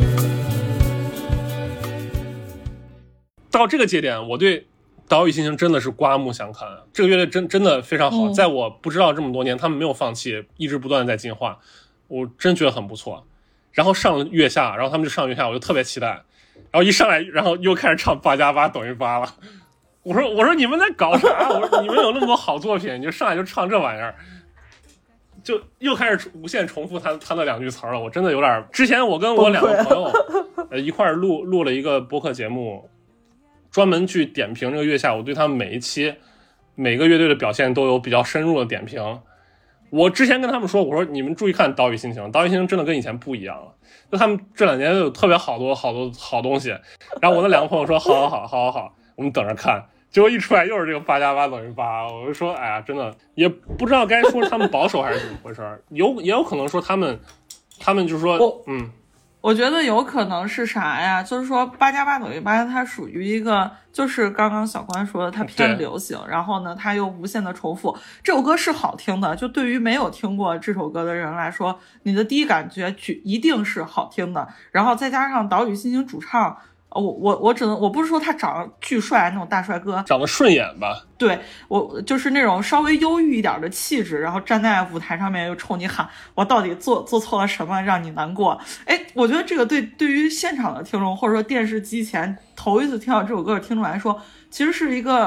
到这个节点，我对岛屿心情真的是刮目相看，这个乐队真真的非常好、嗯、在我不知道这么多年他们没有放弃，一直不断在进化，我真觉得很不错。然后上了月下，然后他们就上月下，我就特别期待，然后一上来然后又开始唱八加八等于八了，我说我说你们在搞啥，我说你们有那么多好作品，你就上来就唱这玩意儿，就又开始无限重复他他那两句词了，我真的有点。之前我跟我两个朋友呃一块录录了一个播客节目，专门去点评这个月下，我对他们每一期每个乐队的表现都有比较深入的点评。我之前跟他们说，我说你们注意看岛屿心情，岛屿心情真的跟以前不一样了，就他们这两年有特别好多好多好东西。然后我那两个朋友说好好好好好好，我们等着看。结果一出来又是这个八加八等于八，我就说哎呀，真的也不知道该说他们保守还是怎么回事，有也有可能说他们他们就说嗯。 我觉得有可能是啥呀？就是说八加八等于八，它属于一个，就是刚刚小关说的，它偏流行，然后呢，它又无限的重复。这首歌是好听的，就对于没有听过这首歌的人来说，你的第一感觉一定是好听的。然后再加上岛屿心情主唱，我我我只能我不是说他长得巨帅那种大帅哥， 长得顺眼吧？对， 我就是那种稍微忧郁一点的气质，然后站在舞台上面又冲你喊，我到底做做错了什么让你难过？哎，我觉得这个对对于现场的听众或者说电视机前头一次听到这首歌的听众来说，其实是一个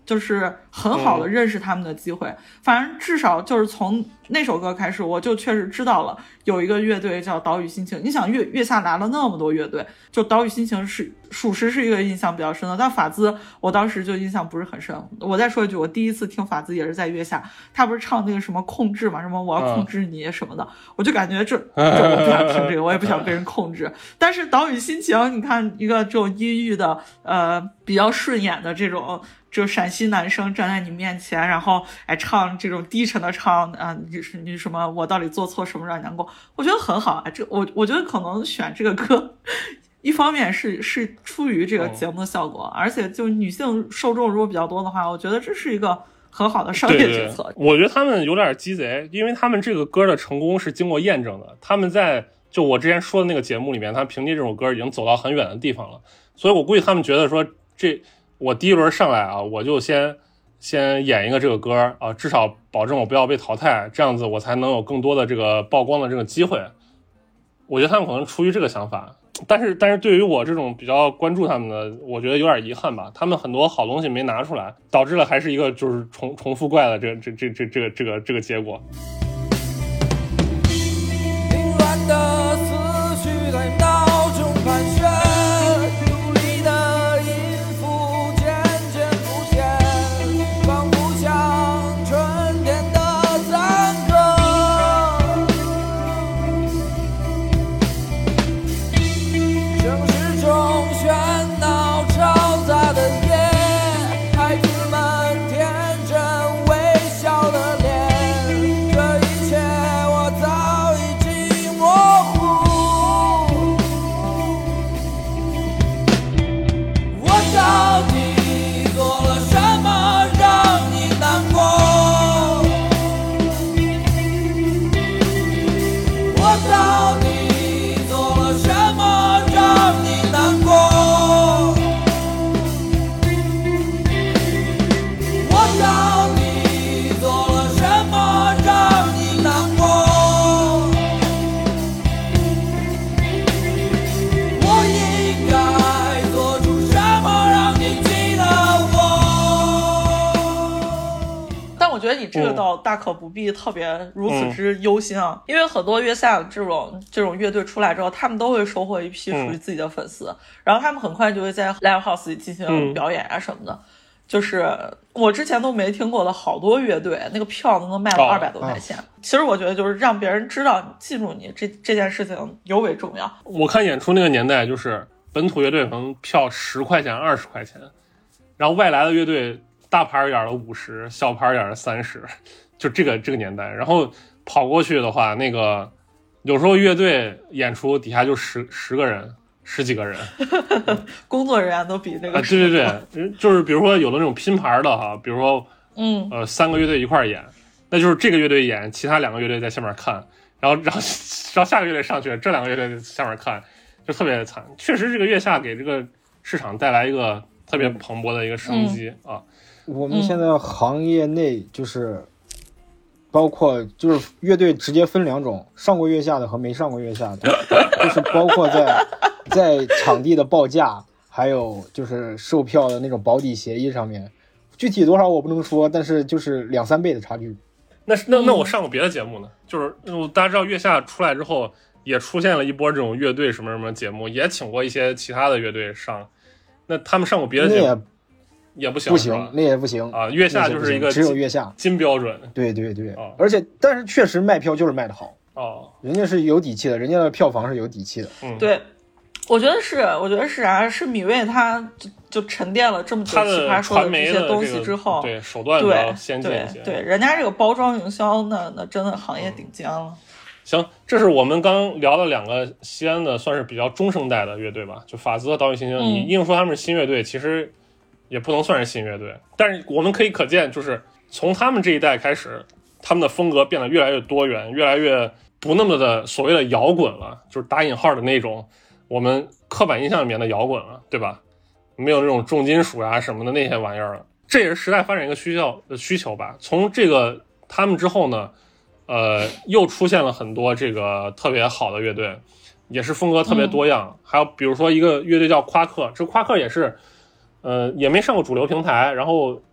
就是很好的认识他们的机会。嗯、反正至少就是从那首歌开始，我就确实知道了有一个乐队叫岛屿心情。你想月月下来了那么多乐队，就岛屿心情是属实是一个印象比较深的。但法兹我当时就印象不是很深。我再说一句，我第一次听法兹也是在月下，他不是唱那个什么控制嘛，什么我要控制你什么的，嗯、我就感觉这这我不想听这个，我也不想被人控制。但是岛屿心情，你看一个这种阴郁的呃比较顺眼的这种。就陕西男生站在你面前，然后哎唱这种低沉的唱啊，你是你什么我到底做错什么让你难过？我觉得很好啊，这我我觉得可能选这个歌，一方面是是出于这个节目的效果，嗯、而且就女性受众如果比较多的话，我觉得这是一个很好的商业决策。 对对，我觉得他们有点鸡贼，因为他们这个歌的成功是经过验证的，他们在就我之前说的那个节目里面，他凭借这首歌已经走到很远的地方了，所以我估计他们觉得说这。我第一轮上来啊，我就先先演一个这个歌啊，至少保证我不要被淘汰，这样子我才能有更多的这个曝光的这个机会。我觉得他们可能出于这个想法，但是但是对于我这种比较关注他们的，我觉得有点遗憾吧。他们很多好东西没拿出来，导致了还是一个就是重重复怪的这这这这这个这个这个结果。凌乱的思绪在脑中盘旋。 你这个倒大可不必特别如此之忧心啊，嗯、因为很多月下这种这种乐队出来之后，他们都会收获一批属于自己的粉丝，嗯、然后他们很快就会在 live house 里进行表演啊什么的。嗯、就是我之前都没听过的好多乐队，那个票都能卖到二百多块钱。哦、其实我觉得就是让别人知道记住你这这件事情尤为重要。 我看演出那个年代，就是本土乐队可能票十块钱、二十块钱，然后外来的乐队。大牌一点的五十，小牌一点的三十，就这个这个年代。然后跑过去的话，那个有时候乐队演出底下就十十个人，十几个人， 工作人员都比那个、 啊。对对对，就是比如说有的那种拼盘的哈，比如说嗯呃三个乐队一块演，那就是这个乐队演，其他两个乐队在下面看，然后然后然后下个乐队上去，这两个乐队在下面看，就特别惨。确实这个月下给这个市场带来一个特别蓬勃的一个生机、嗯、啊。 我们现在行业内就是包括就是乐队直接分两种，上过月下的和没上过月下的，就是包括在在场地的报价，还有就是售票的那种保底协议上面，具体多少我不能说，但是就是两三倍的差距。 那那那我上过别的节目呢，就是大家知道月下出来之后，也出现了一波这种乐队什么什么节目，也请过一些其他的乐队上，那他们上过别的节目。也不行， 不行，那也不行啊！月下就是一个只有月下金标准， 对对对，哦、而且但是确实卖票就是卖得好哦， 人家是有底气的，人家的票房是有底气的。 嗯， 对，我觉得是，我觉得是啊，是米未他就就沉淀了这么久奇葩说的这些东西之后， 对手段比较先进一些， 对对，人家这个包装营销那那真的行业顶尖了。 嗯行，这是我们刚聊了两个西安的算是比较中生代的乐队吧，就法兹和岛屿心情。 嗯、 你硬说他们是新乐队，其实也不能算是新乐队，但是我们可以可见，就是从他们这一代开始，他们的风格变得越来越多元，越来越不那么的所谓的摇滚了，就是打引号的那种我们刻板印象里面的摇滚了，对吧？没有那种重金属啊什么的那些玩意儿了。这也是时代发展一个需要的需求吧。从这个他们之后呢，呃，又出现了很多这个特别好的乐队，也是风格特别多样。嗯、还有比如说一个乐队叫夸克，这夸克也是。呃，也没上过主流平台，然后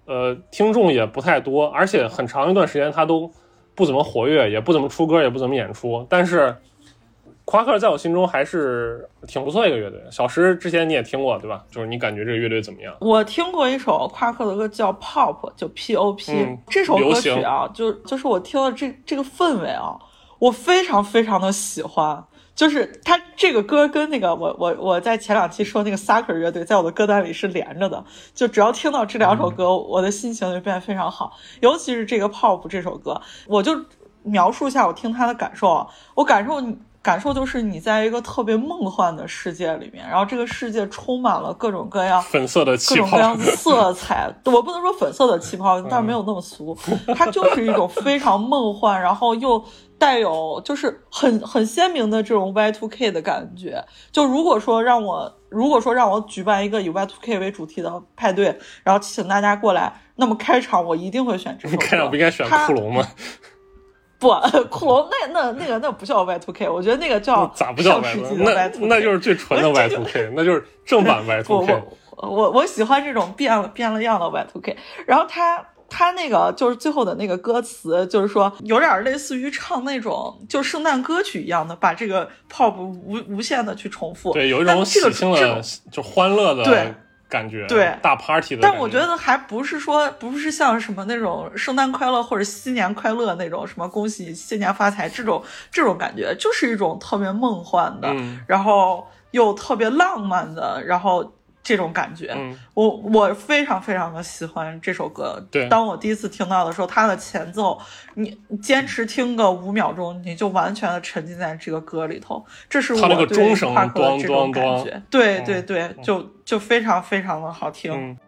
呃，听众也不太多，而且很长一段时间他都不怎么活跃，也不怎么出歌，也不怎么演出。但是夸克在我心中还是挺不错一个乐队。小石之前你也听过对吧？就是你感觉这个乐队怎么样？ 我听过一首夸克的歌叫 Pop， 就 P O P、嗯、这首歌曲啊，就就是我听了这这个氛围啊，我非常非常的喜欢。就是他这个歌跟那个我我我在前两期说那个 Sucker 乐队在我的歌单里是连着的，就只要听到这两首歌、嗯、我的心情就变得非常好。尤其是这个 Pop 这首歌，我就描述一下我听他的感受啊，我感受感受就是你在一个特别梦幻的世界里面，然后这个世界充满了各种各样粉色的气泡， 各种各样的色彩。我不能说粉色的气泡，但是没有那么俗，它就是一种非常梦幻，然后又带有就是很很鲜明的这种 Y 二 K 的感觉。就如果说让我如果说让我举办一个以 Y 二 K 为主题的派对，然后请大家过来，那么开场我一定会选这首歌。 开场不应该选库龙吗？ 不，库龙那那那个那不叫 Y 二 K， 我觉得那个叫咋不叫 Y 二 K？ 那那就是最纯的 Y 二 K， 那就是正版 Y 二 K。 我我我喜欢这种变了变了样的 Y 二 K。然后他他那个就是最后的那个歌词，就是说有点类似于唱那种就圣诞歌曲一样的，把这个 pop 无无限的去重复。 对，有一种喜庆的就欢乐的。 对。 感觉对大 party 的， 但我觉得还不是说不是像什么那种圣诞快乐或者新年快乐那种什么恭喜新年发财这种这种感觉，就是一种特别梦幻的、嗯、然后又特别浪漫的，然后这种感觉、嗯、我我非常非常的喜欢这首歌。 对， 当我第一次听到的时候，它的前奏你坚持听个五秒钟，你就完全的沉浸在这个歌里头，这是我对夸克的这种感觉。对对对、嗯、就就非常非常的好听。 嗯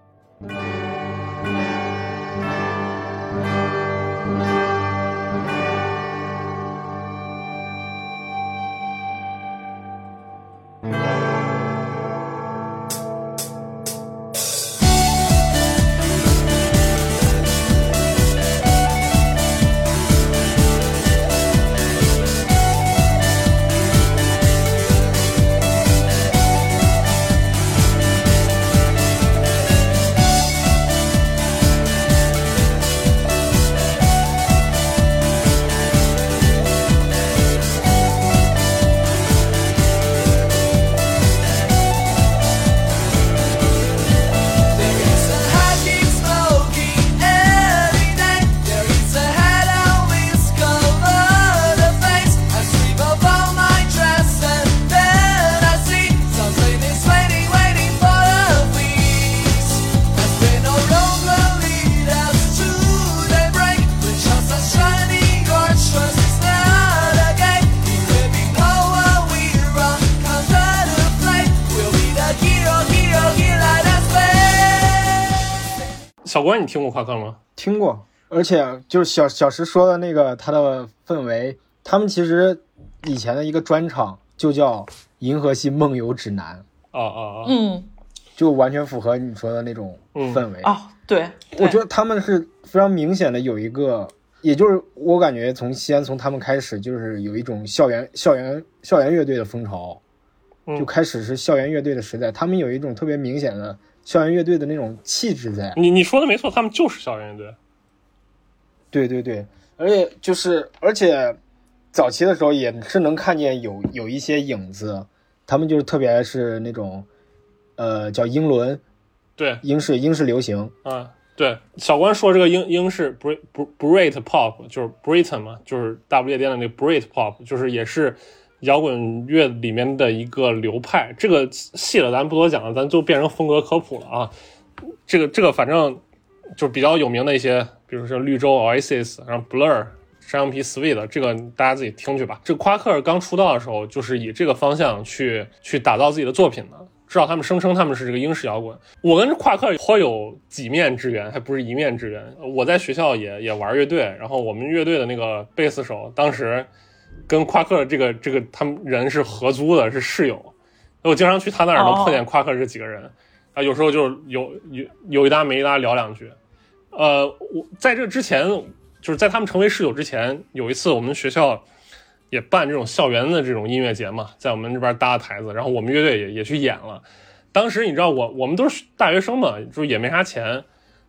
小关，你听过夸克吗？ 听过，而且就是小小石说的那个他的氛围，他们其实以前的一个专场就叫《银河系梦游指南》。 哦哦哦， 嗯， 就完全符合你说的那种氛围。 哦、嗯，对， 我觉得他们是非常明显的有一个，也就是我感觉从西安从他们开始就是有一种校园校园校园乐队的风潮，就开始是校园乐队的时代，他们有一种特别明显的校园乐队的那种气质在。 你你说的没错，他们就是校园乐队。 对对对，而且就是而且早期的时候也是能看见有有一些影子，他们就是特别是那种呃叫英伦， 对， 英式英式流行啊。对，小关说这个英英式 Brit Brit Pop 就是 Britain 嘛，就是大不列颠的那个 Brit Pop， 就是也是摇滚乐里面的一个流派。这个细了咱不多讲了，咱就变成风格科普了啊。这个这个反正就是比较有名的一些，比如说绿洲 Oasis， 然后 Blur 山羊皮 Sweet， 这个大家自己听去吧。这个夸克刚出道的时候就是以这个方向去去打造自己的作品的。至少他们声称他们是这个英式摇滚。我跟夸克颇有几面之缘，还不是一面之缘。我在学校也也玩乐队，然后我们乐队的那个贝斯手当时跟夸克这个这个他们人是合租的，是室友。我经常去他那儿能碰见夸克这几个人，啊，有时候就有有有一搭没一搭聊两句。呃，我在这之前，就是在他们成为室友之前，有一次我们学校也办这种校园的这种音乐节嘛，在我们这边搭台子，然后我们乐队也也去演了。当时你知道我我们都是大学生嘛，就也没啥钱，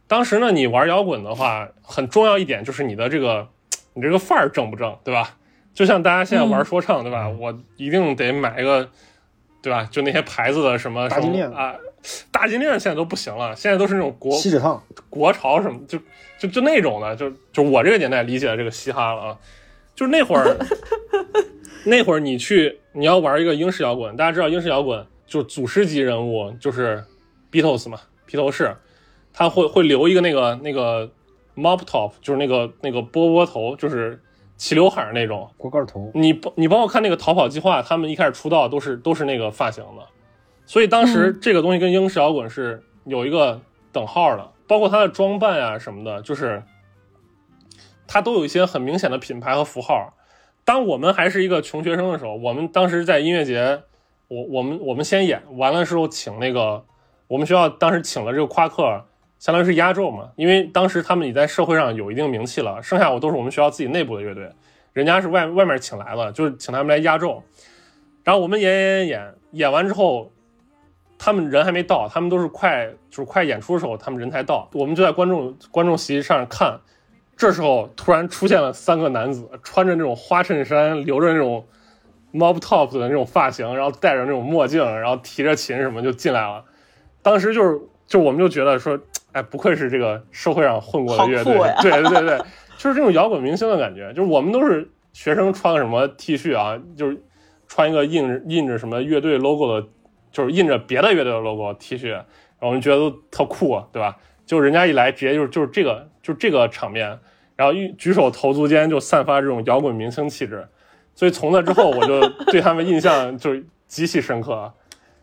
当时呢，你玩摇滚的话，很重要一点就是你的这个你这个范儿正不正，对吧？就像大家现在玩说唱，嗯、对吧？我一定得买一个，对吧？就那些牌子的什么大金链啊，大金链现在都不行了，现在都是那种国锡纸烫、 国潮什么，就就就那种的，就就我这个年代理解的这个嘻哈了啊，就是那会儿，那会儿你去你要玩一个英式摇滚，大家知道英式摇滚就祖师级人物就是 Beatles 嘛，披头士，他会会留一个那个那个 mop top， 就是那个那个波波头，就是齐刘海那种锅盖头。 你你包括看那个逃跑计划，他们一开始出道都是都是那个发型的，所以当时这个东西跟英式摇滚是有一个等号的，包括他的装扮啊什么的，就是他都有一些很明显的品牌和符号。当我们还是一个穷学生的时候，我们当时在音乐节，我我们我们先演完了之后，请那个我们学校当时请了这个夸克，相当于是压轴嘛，因为当时他们已在社会上有一定名气了，剩下我都是我们学校自己内部的乐队，人家是外外面请来的，就是请他们来压轴。然后我们演演演演演完之后，他们人还没到，他们都是快就是快演出的时候，他们人才到，我们就在观众观众席上看。这时候突然出现了三个男子，穿着那种花衬衫，留着那种 mob top 的那种发型，然后戴着那种墨镜，然后提着琴什么就进来了。当时就是就我们就觉得说，哎，不愧是这个社会上混过的乐队，对对对对，就是这种摇滚明星的感觉。就是我们都是学生穿个什么 T 恤啊，就是穿一个印印着什么乐队 logo 的，就是印着别的乐队的 logo T 恤，然后我们觉得都特酷，对吧？就人家一来直接就是就是这个就这个场面。然后举手投足间就散发这种摇滚明星气质，所以从那之后我就对他们印象就极其深刻。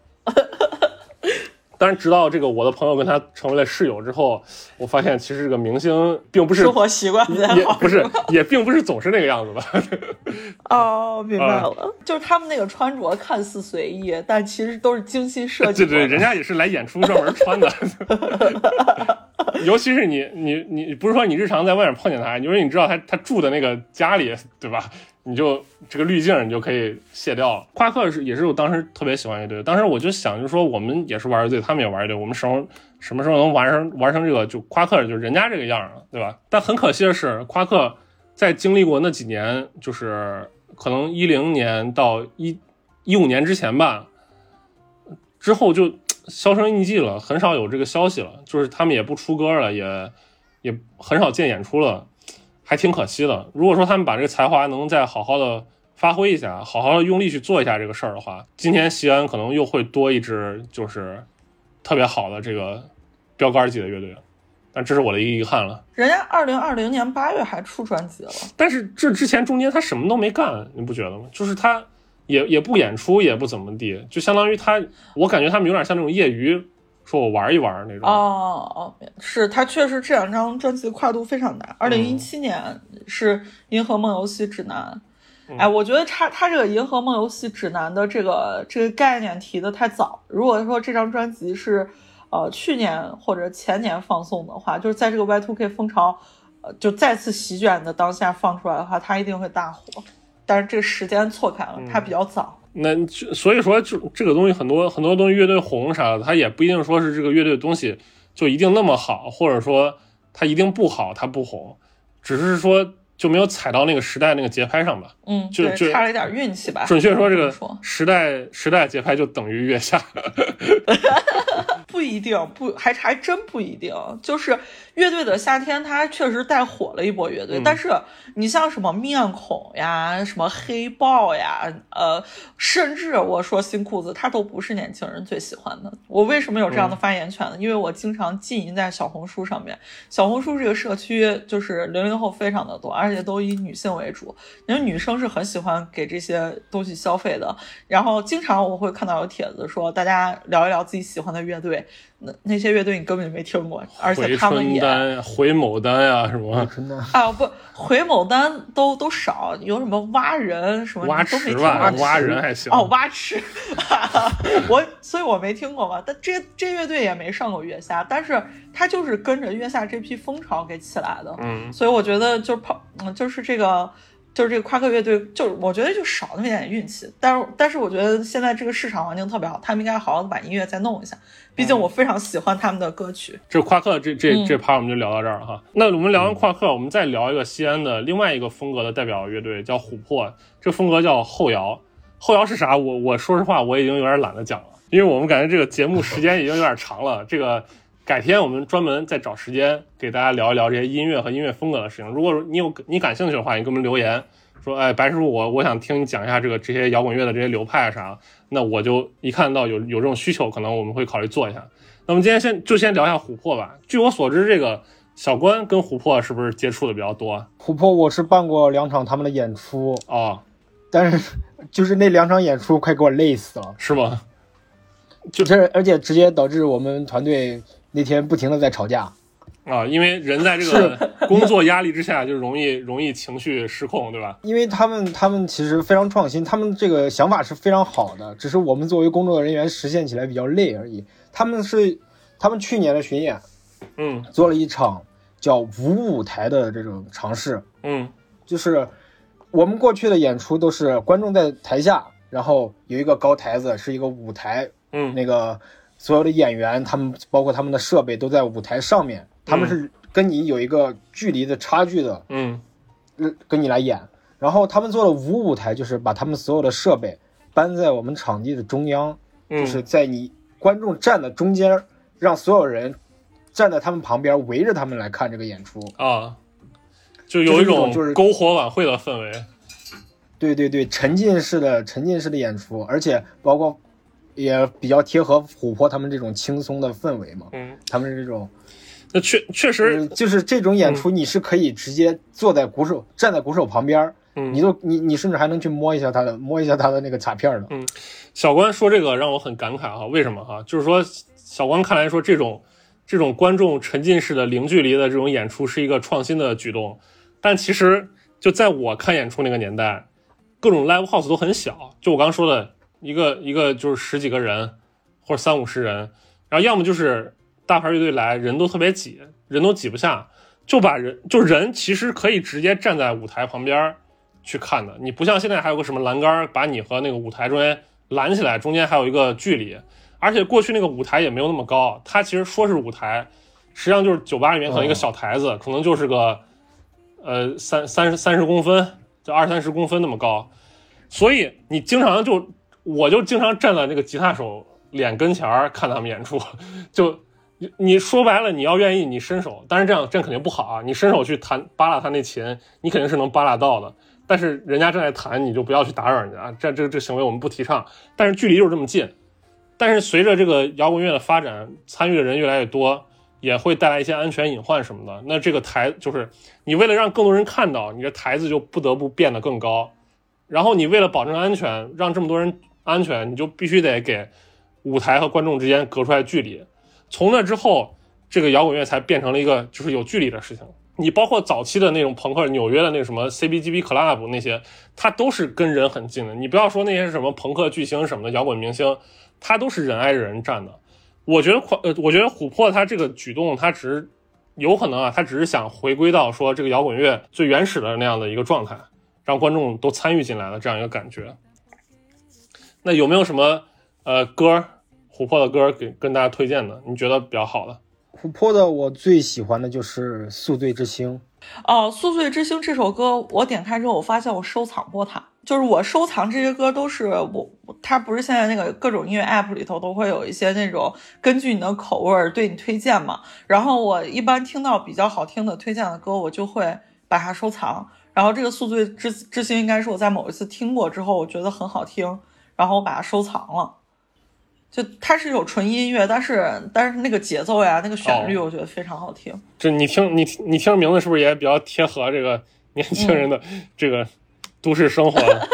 但是直到这个我的朋友跟他成为了室友之后，我发现其实这个明星并不是生活习惯也不是也并不是总是那个样子的。 哦，明白了，呃、就是他们那个穿着看似随意，但其实都是精心设计的。 对对，人家也是来演出专门穿的。尤其是你你你不是说你日常在外面碰见他，因为你知道他他住的那个家里，对吧？你就这个滤镜你就可以卸掉了。夸克是也是我当时特别喜欢乐队，当时我就想就是说我们也是玩乐队，他们也玩乐队，我们什么什么时候能玩成玩成这个就夸克就人家这个样了，对吧？但很可惜的是，夸克在经历过那几年，就是可能一零年到一一五年之前吧，之后就销声匿迹了，很少有这个消息了，就是他们也不出歌了，也也很少见演出了，还挺可惜的。如果说他们把这个才华能再好好的发挥一下，好好的用力去做一下这个事儿的话，今天西安可能又会多一支就是特别好的这个标杆级的乐队，但这是我的一个遗憾了。 人家二零二零年八月还出专辑了， 但是这之前中间他什么都没干，你不觉得吗？就是他也也不演出，也不怎么地，就相当于他，我感觉他们有点像那种业余，说我玩一玩那种。 哦哦，是他确实这两张专辑跨度非常大。二零一七年是《银河梦游戏指南》，嗯，哎，我觉得他他这个《银河梦游戏指南》的这个这个概念提的太早。如果说这张专辑是呃去年或者前年放送的话，就是在这个 Y 二 K 风潮呃就再次席卷的当下放出来的话，它一定会大火。但是这个时间错开了，它比较早。 嗯，那所以说就这个东西很多很多东西乐队红啥的，它也不一定说是这个乐队的东西就一定那么好，或者说它一定不好它不红，只是说就没有踩到那个时代那个节拍上吧。 嗯， 就就差了一点运气吧。 准确说，这个时代时代节拍就等于月下。 不一定，不还还真不一定。就是乐队的夏天，它确实带火了一波乐队，嗯，但是你像什么面孔呀、什么黑豹呀，呃，甚至我说新裤子，它都不是年轻人最喜欢的。我为什么有这样的发言权呢？嗯，因为我经常浸淫在小红书上面，小红书这个社区就是零零后非常的多，而且都以女性为主，因为女生是很喜欢给这些东西消费的。然后经常我会看到有帖子说，大家聊一聊自己喜欢的乐队。那那些乐队你根本就没听过，而且他们也回牡丹呀什么啊不回牡丹都都少，有什么蛙人什么蛙池吧，蛙人还行哦蛙池，我所以我没听过嘛。但这这乐队也没上过月下，但是他就是跟着月下这批风潮给起来的，嗯，所以我觉得就跑嗯就是这个。 就是这个夸克乐队，就是我觉得就少那么一点运气。但是但是我觉得现在这个市场环境特别好，他们应该好好的把音乐再弄一下。毕竟我非常喜欢他们的歌曲。 这夸克这这这趴我们就聊到这儿了哈。那我们聊完夸克，我们再聊一个西安的另外一个风格的代表乐队，叫琥珀。这风格叫后摇。后摇是啥？我我说实话我已经有点懒得讲了，因为我们感觉这个节目时间已经有点长了。这个改天我们专门再找时间给大家聊一聊这些音乐和音乐风格的事情。如果你有你感兴趣的话，你给我们留言说，哎，白师傅，我我想听你讲一下这个这些摇滚乐的这些流派啥，那我就一看到有有这种需求，可能我们会考虑做一下。那么今天先就先聊一下琥珀吧。据我所知，这个小关跟琥珀是不是接触的比较多？ 琥珀我是办过两场他们的演出哦， 但是就是那两场演出快给我累死了， 是吗？ 就这，而且直接导致我们团队那天不停的在吵架啊，因为人在这个工作压力之下就容易容易情绪失控，对吧？ 因为他们他们其实非常创新，他们这个想法是非常好的，只是我们作为工作人员实现起来比较累而已。他们是他们去年的巡演， 嗯， 做了一场叫无舞台的这种尝试， 嗯， 就是我们过去的演出都是观众在台下，然后有一个高台子是一个舞台， 嗯， 那个所有的演员他们包括他们的设备都在舞台上面，他们是跟你有一个距离的差距的， 嗯， 跟你来演。然后他们做了无舞台，就是把他们所有的设备搬在我们场地的中央， 嗯， 就是在你观众站的中间，让所有人站在他们旁边围着他们来看这个演出啊，就有一种就是篝火晚会的氛围。 对对对，沉浸式的沉浸式的演出，而且包括也比较贴合琥珀他们这种轻松的氛围嘛。 嗯， 他们这种， 那确确实、 呃、就是这种演出，你是可以直接坐在鼓手、嗯、站在鼓手旁边，嗯，你都你你甚至还能去摸一下他的摸一下他的那个卡片的。 嗯，小关说这个让我很感慨哈，为什么哈？就是说小关看来说这种这种观众沉浸式的零距离的这种演出是一个创新的举动，但其实就在我看演出那个年代。各种 live house 都很小，就我刚刚说的一个一个就是十几个人或者三五十人，然后要么就是大牌乐队来人都特别挤，人都挤不下，就把人就人其实可以直接站在舞台旁边去看的。你不像现在还有个什么栏杆把你和那个舞台中间拦起来，中间还有一个距离，而且过去那个舞台也没有那么高，它其实说是舞台，实际上就是酒吧里面可能一个小台子，哦、可能就是个呃三三十三十公分。就二三十公分那么高，所以你经常就我就经常站在那个吉他手脸跟前看他们演出，就你说白了你要愿意你伸手，但是这样这样肯定不好啊，你伸手去弹扒拉他那琴，你肯定是能扒拉到的，但是人家正在弹你就不要去打扰人家，这这这行为我们不提倡，但是距离就是这么近。但是随着这个摇滚乐的发展，参与的人越来越多，也会带来一些安全隐患什么的，那这个台就是你为了让更多人看到，你这台子就不得不变得更高，然后你为了保证安全，让这么多人安全，你就必须得给舞台和观众之间隔出来距离。从那之后，这个摇滚乐才变成了一个就是有距离的事情。你包括早期的那种朋克，纽约的那什么 C B G B Club 那些，它都是跟人很近的。你不要说那些什么朋克巨星什么的摇滚明星，它都是人挨着人站的。我觉得呃，我觉得琥珀他这个举动，他只是有可能啊，他只是想回归到说这个摇滚乐最原始的那样的一个状态，让观众都参与进来的这样一个感觉。那有没有什么呃歌，琥珀的歌给跟大家推荐的？你觉得比较好的？ 琥珀的我最喜欢的就是《宿醉之星》。 哦，《宿醉之星》这首歌我点开之后，我发现我收藏过它。就是我收藏这些歌都是我，它不是现在那个各种音乐 app 里头都会有一些那种根据你的口味对你推荐嘛。然后我一般听到比较好听的推荐的歌，我就会把它收藏。然后这个《宿醉之之星》应该是我在某一次听过之后，我觉得很好听，然后我把它收藏了。就它是有纯音乐，但是但是那个节奏呀，那个旋律，我觉得非常好听。哦、 这你听你你听名字是不是也比较贴合这个年轻人的这个都市生活？嗯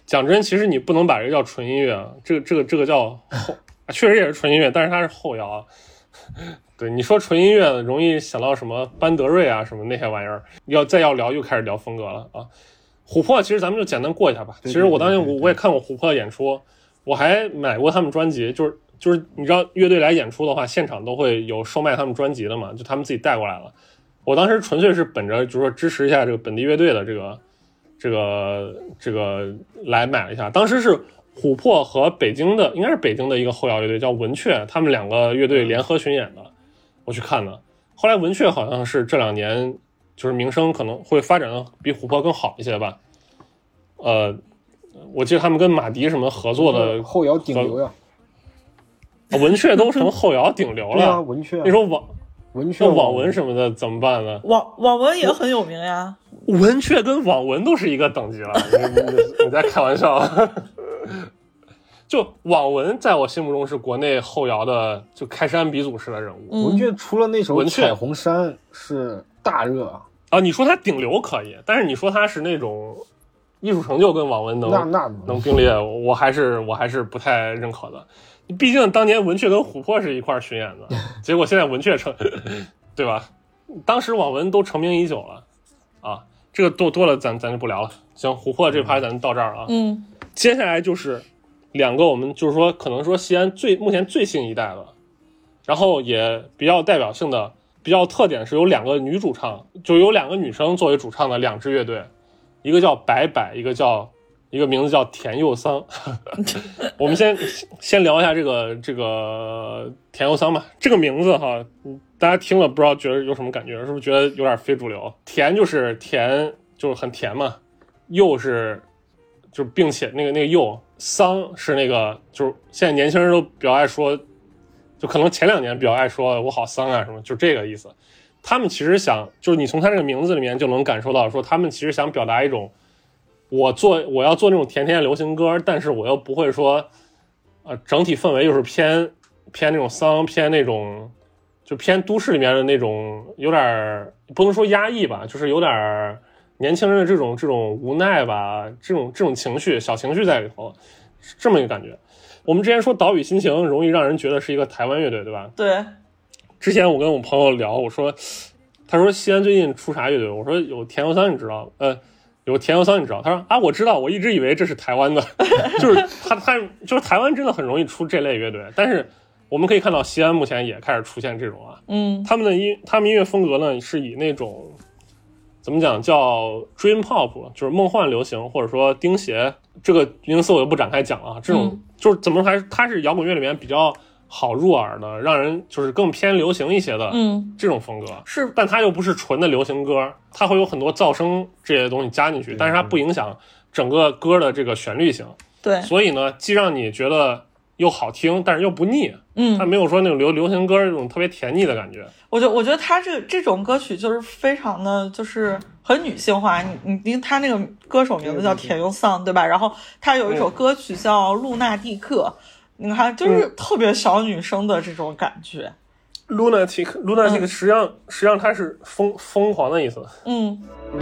讲真，其实你不能把这个叫纯音乐啊，这个这个这个叫后，确实也是纯音乐，但是它是后摇啊。对，你说纯音乐容易想到什么班德瑞啊什么那些玩意儿，要再要聊又开始聊风格了啊。琥珀其实咱们就简单过一下吧。其实我当年我我也看过琥珀的演出，我还买过他们专辑，就是就是你知道乐队来演出的话，现场都会有售卖他们专辑的嘛，就他们自己带过来了。我当时纯粹是本着就是说支持一下这个本地乐队的这个这个这个来买了一下。当时是琥珀和北京的应该是北京的一个后摇乐队叫文雀，他们两个乐队联合巡演的，我去看的。后来文雀好像是这两年就是名声可能会发展的比琥珀更好一些吧。呃，我记得他们跟马迪什么合作的后摇顶流呀， 文雀都成后摇顶流了。 对啊，文雀、啊。 那时候网文雀、 网文什么的怎么办呢？ 网网文也很有名呀。 文雀跟网文都是一个等级了，你你你在开玩笑？就网文在我心目中是国内后摇的就开山鼻祖式的人物。 嗯、文雀除了那首《彩虹山》是大热啊，你说他顶流可以，但是你说他是那种艺术成就跟网文能那那能并列，我还是我还是不太认可的。毕竟当年文雀跟琥珀是一块巡演的，结果现在文雀成，对吧？当时网文都成名已久了啊，这个多多了咱咱就不聊了。行，琥珀这趴咱到这儿啊。 嗯， 接下来就是两个我们就是说可能说西安最目前最新一代的，然后也比较代表性的、比较特点是有两个女主唱，就有两个女生作为主唱的两支乐队，一个叫白柏，一个叫。一个名字叫田佑桑我们先先聊一下这个这个田佑桑吧。这个名字哈，大家听了不知道觉得有什么感觉，是不是觉得有点非主流？甜就是甜，就是很甜嘛，佑是就是并且那个那个佑，桑是那个就是现在年轻人都比较爱说，就可能前两年比较爱说我好桑啊什么，就这个意思。他们其实想就是你从他这个名字里面就能感受到说他们其实想表达一种我做我要做那种甜甜的流行歌，但是我又不会说，呃，整体氛围又是偏偏那种丧，偏那种就偏都市里面的那种，有点不能说压抑吧，就是有点年轻人的这种这种无奈吧，这种这种情绪小情绪在里头，这么一个感觉。我们之前说岛屿心情容易让人觉得是一个台湾乐队，对吧？ 对。 之前我跟我朋友聊，我说，他说西安最近出啥乐队？我说有田佑桑，你知道？呃。有田佑桑你知道？他说啊，我知道，我一直以为这是台湾的，就是他他就是台湾真的很容易出这类乐队，但是我们可以看到西安目前也开始出现这种啊， 嗯， 他们的音他们音乐风格呢是以那种怎么讲叫 dream pop， 就是梦幻流行，或者说钉鞋，这个名词我就不展开讲了，这种、嗯、就是怎么还是它是摇滚乐里面比较好入耳的，让人就是更偏流行一些的， 嗯， 这种风格是， 但它又不是纯的流行歌，它会有很多噪声这些东西加进去，但是它不影响整个歌的这个旋律性。 对， 所以呢，既让你觉得又好听，但是又不腻。 嗯， 它没有说那种流流行歌这种特别甜腻的感觉。 我觉得，我觉得它这这种歌曲就是非常的，就是很女性化。你你因为他那个歌手名字叫田佑桑，对吧？然后他有一首歌曲叫《露娜蒂克》。你看，就是特别小女生的这种感觉。 lunatic lunatic 实际上、嗯、实际上它是疯疯狂的意思。 嗯。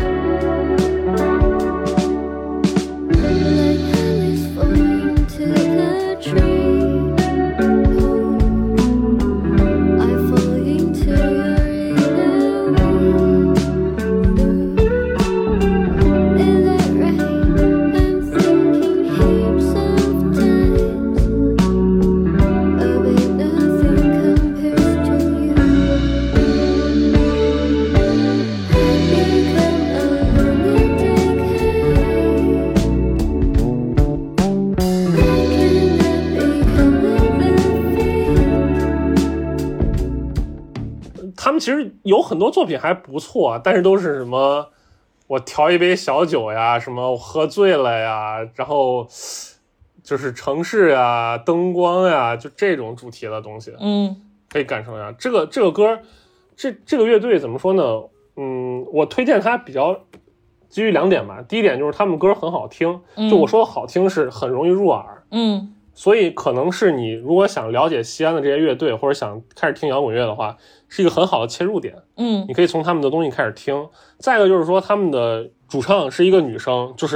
其实有很多作品还不错，但是都是什么我调一杯小酒呀，什么我喝醉了呀，然后就是城市呀、灯光呀，就这种主题的东西。 嗯， 可以感受一下这个这个歌，这这个乐队怎么说呢？嗯，我推荐它比较基于两点吧。第一点就是他们歌很好听，就我说好听是很容易入耳。 嗯。 所以可能是你如果想了解西安的这些乐队，或者想开始听摇滚乐的话，是一个很好的切入点。 嗯， 你可以从他们的东西开始听。再一个就是说他们的主唱是一个女生，就是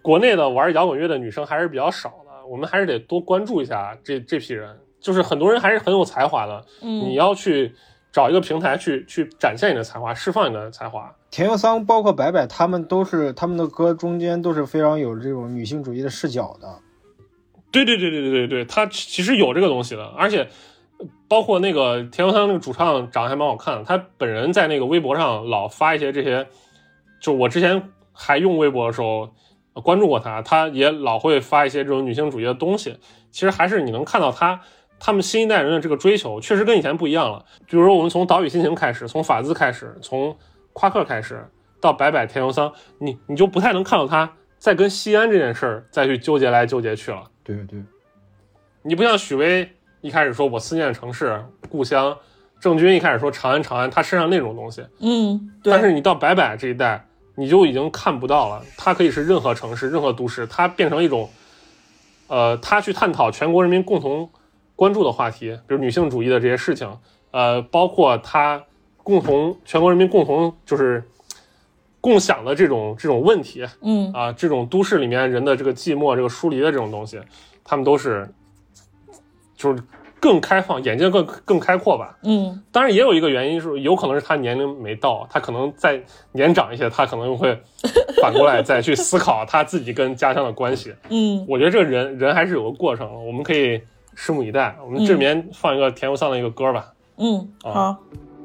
国内的玩摇滚乐的女生还是比较少的，我们还是得多关注一下这这批人。就是很多人还是很有才华的，嗯，你要去找一个平台去去展现你的才华，释放你的才华。 田佑桑包括白白他们都是他们的歌中间都是非常有这种女性主义的视角的。 对对对对对对对，他其实有这个东西的，而且包括那个田佑桑那个主唱长得还蛮好看的，他本人在那个微博上老发一些这些，就我之前还用微博的时候关注过他，他也老会发一些这种女性主义的东西。其实还是你能看到他。他们新一代人的这个追求确实跟以前不一样了，比如说我们从岛屿心情开始，从法兹开始，从夸克开始，到白百田佑桑，你你就不太能看到他再跟西安这件事儿再去纠结来纠结去了。 对对， 你不像许巍一开始说我思念城市故乡，郑钧一开始说长安长安，他身上那种东西， 嗯，对。 但是你到白百这一代，你就已经看不到了，他可以是任何城市任何都市，他变成一种呃，他去探讨全国人民共同关注的话题，比如女性主义的这些事情，呃，包括他共同全国人民共同就是共享的这种这种问题， 嗯啊、呃，这种都市里面人的这个寂寞、这个疏离的这种东西，他们都是就是更开放，眼界更更开阔吧。 嗯， 当然也有一个原因是，有可能是他年龄没到，他可能再年长一些，他可能会反过来再去思考他自己跟家乡的关系。 嗯， 我觉得这个人人还是有个过程，我们可以拭目以待。我们这里面放一个田佑桑的一个歌吧。 嗯， 啊、 好。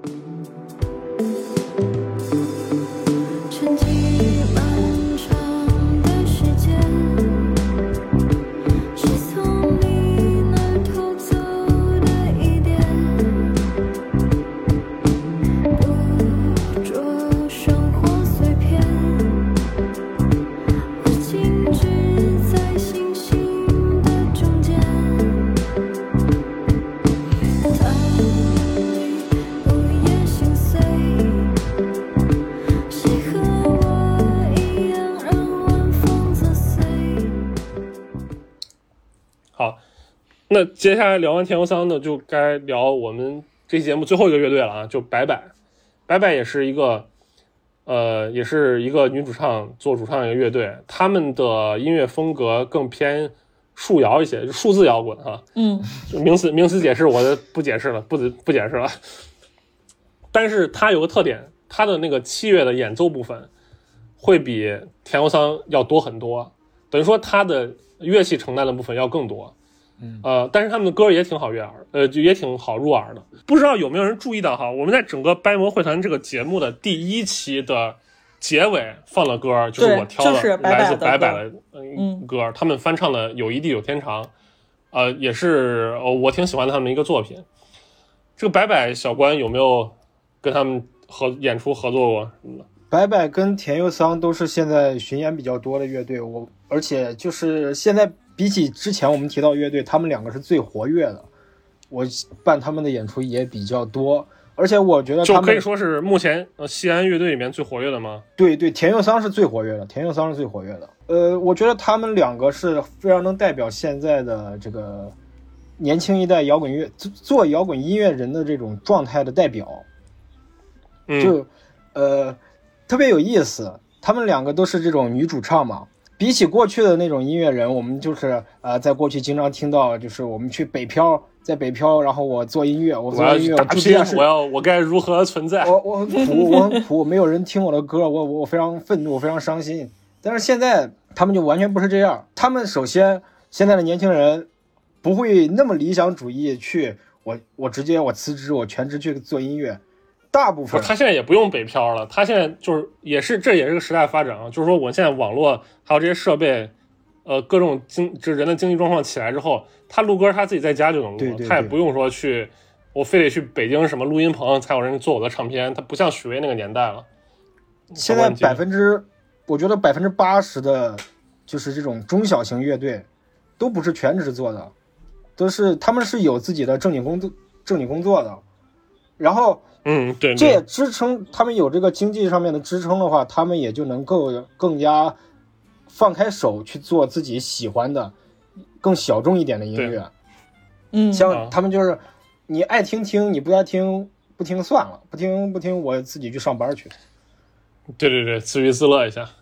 好，那接下来聊完田佑桑呢，就该聊我们这期节目最后一个乐队了啊，就白百。白百也是一个，呃，也是一个女主唱做主唱的一个乐队，他们的音乐风格更偏数摇一些，就数字摇滚哈。 嗯， 名词名词解释我就不解释了，不不解释了。但是它有个特点，它的那个器乐的演奏部分会比田佑桑要多很多，等于说它的乐器承担的部分要更多， 嗯， 呃，但是他们的歌也挺好悦耳，呃，就也挺好入耳的。不知道有没有人注意到哈，我们在整个掰馍会谈这个节目的第一期的结尾放了歌，就是我挑的来自白百的嗯歌，嗯他们翻唱的《有一地有天长》，呃，也是、呃、我挺喜欢他们一个作品。这个白百小关有没有跟他们合演出合作过？ 白百跟田佑桑都是现在巡演比较多的乐队，我而且就是现在比起之前我们提到乐队，他们两个是最活跃的。我办他们的演出也比较多，而且我觉得他们就可以说是目前呃西安乐队里面最活跃的吗？ 对对，田佑桑是最活跃的，田佑桑是最活跃的。呃，我觉得他们两个是非常能代表现在的这个年轻一代摇滚乐做摇滚音乐人的这种状态的代表。 嗯， 就呃。特别有意思，他们两个都是这种女主唱嘛。比起过去的那种音乐人，我们就是呃，在过去经常听到，就是我们去北漂，在北漂，然后我做音乐，我做音乐，我住地下室， 我要我该如何存在？ 我我很苦，我很苦，没有人听我的歌，我我非常愤怒，我非常伤心。但是现在他们就完全不是这样，他们首先现在的年轻人不会那么理想主义去，我我直接我辞职，我全职去做音乐。大部分他现在也不用北漂了，他现在就是也是这也是个时代发展啊，就是说我现在网络还有这些设备，呃，各种经这人的经济状况起来之后，他录歌他自己在家就能录， 对对对， 他也不用说去我非得去北京什么录音棚才有人做我的唱片，他不像许巍那个年代了。 现在百分之，我觉得百分之八十的，就是这种中小型乐队，都不是全职做的，都是他们是有自己的正经工作正经工作的，然后。 嗯，对， 这也支撑他们有这个经济上面的支撑的话，他们也就能够更加放开手去做自己喜欢的更小众一点的音乐。 嗯， 像他们就是你爱听听，你不爱听不听算了，不听不听我自己去上班去。 对对对，自娱自乐一下。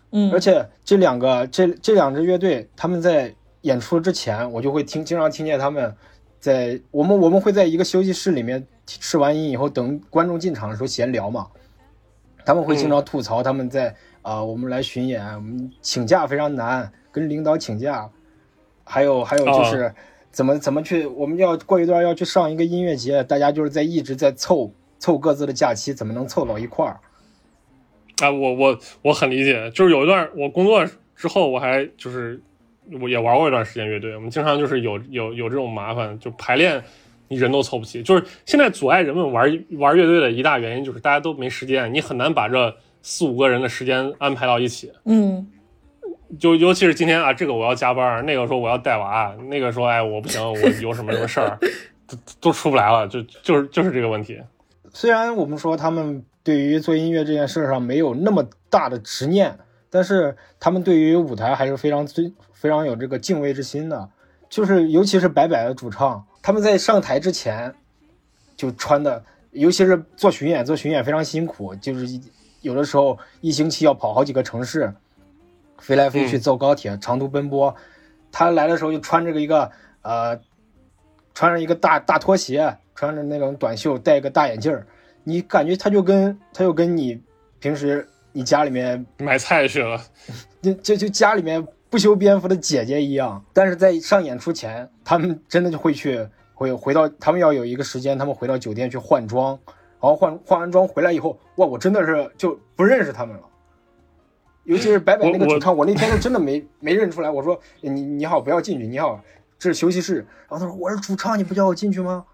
嗯， 而且这两个这这两支乐队，他们在演出之前，我就会听经常听见他们在我们我们会在一个休息室里面试完音以后，等观众进场的时候闲聊嘛，他们会经常吐槽他们在啊、呃、我们来巡演，我们请假非常难，跟领导请假，还有还有就是怎么、哦、怎么去，我们要过一段要去上一个音乐节，大家就是在一直在凑凑各自的假期，怎么能凑到一块儿？ 啊，我我我很理解，就是有一段我工作之后，我还就是我也玩过一段时间乐队，我们经常就是有有有这种麻烦，就排练你人都凑不齐，就是现在阻碍人们玩玩乐队的一大原因就是大家都没时间，你很难把这四五个人的时间安排到一起。 嗯， 就尤其是今天啊，这个我要加班，那个说我要带娃，那个说哎我不行，我有什么什么事儿，都都出不来了，就就是就是这个问题。 虽然我们说他们对于做音乐这件事上没有那么大的执念，但是他们对于舞台还是非常非常有这个敬畏之心的。就是尤其是白白的主唱，他们在上台之前就穿的，尤其是做巡演，做巡演非常辛苦，就是有的时候一星期要跑好几个城市，飞来飞去，坐高铁、嗯、长途奔波。他来的时候就穿着一个呃，穿着一个大大拖鞋，穿着那种短袖，戴一个大眼镜儿。你感觉他就跟他就跟你平时你家里面买菜去了， 就就就家里面不修边幅的姐姐一样。但是在上演出前，他们真的就会去会回到，他们要有一个时间，他们回到酒店去换装，然后换换完装回来以后，哇，我真的是就不认识他们了。尤其是白白那个主唱，我, 我那天就真的没没认出来。我说你你好，不要进去，你好，这是休息室。然后他说我是主唱，你不叫我进去吗？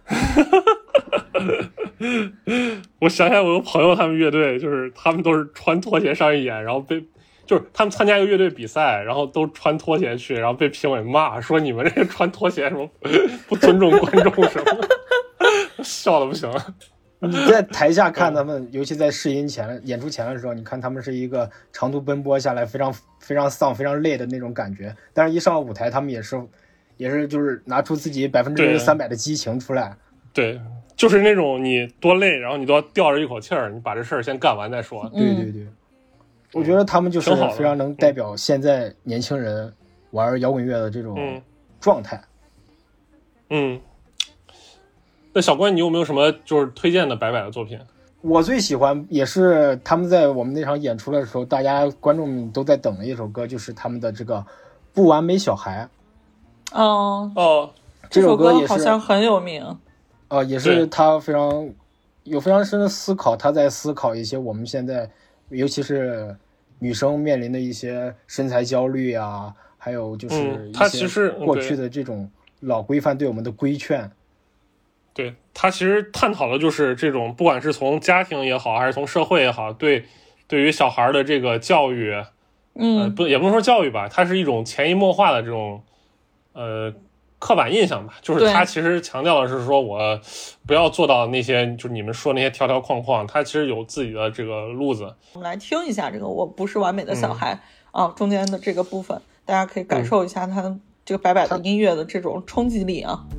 我想想，我有朋友他们乐队，就是他们都是穿拖鞋上一演，然后被就是他们参加一个乐队比赛，然后都穿拖鞋去，然后被评委骂说你们这个穿拖鞋什么不尊重观众什么，笑的不行了。 你在台下看他们，尤其在试音前、演出前的时候，你看他们是一个长途奔波下来非常非常丧、非常累的那种感觉，但是一上舞台，他们也是也是就是拿出自己百分之三百的激情出来。 对，就是那种你多累，然后你都要吊着一口气儿，你把这事儿先干完再说。 对对对，我觉得他们就是非常能代表现在年轻人玩摇滚乐的这种状态。 嗯。嗯，那小关，你有没有什么就是推荐的白白的作品？ 我最喜欢也是他们在我们那场演出的时候，大家观众都在等的一首歌，就是他们的这个《不完美小孩》。 哦哦， 这首歌也是好像很有名。 呃，也是他非常有非常深的思考，他在思考一些我们现在，尤其是女生面临的一些身材焦虑啊，还有就是一些过去的这种老规范对我们的规劝。 嗯、对，他其实探讨的就是这种，不管是从家庭也好，还是从社会也好，对对于小孩的这个教育， 嗯， 呃、不也不能说教育吧，它是一种潜移默化的这种，呃。刻板印象吧，就是他其实强调的是说我不要做到那些就是你们说那些条条框框，他其实有自己的这个路子。 我们来听一下这个我不是完美的小孩、嗯、啊，中间的这个部分大家可以感受一下他这个白白的音乐的这种冲击力啊。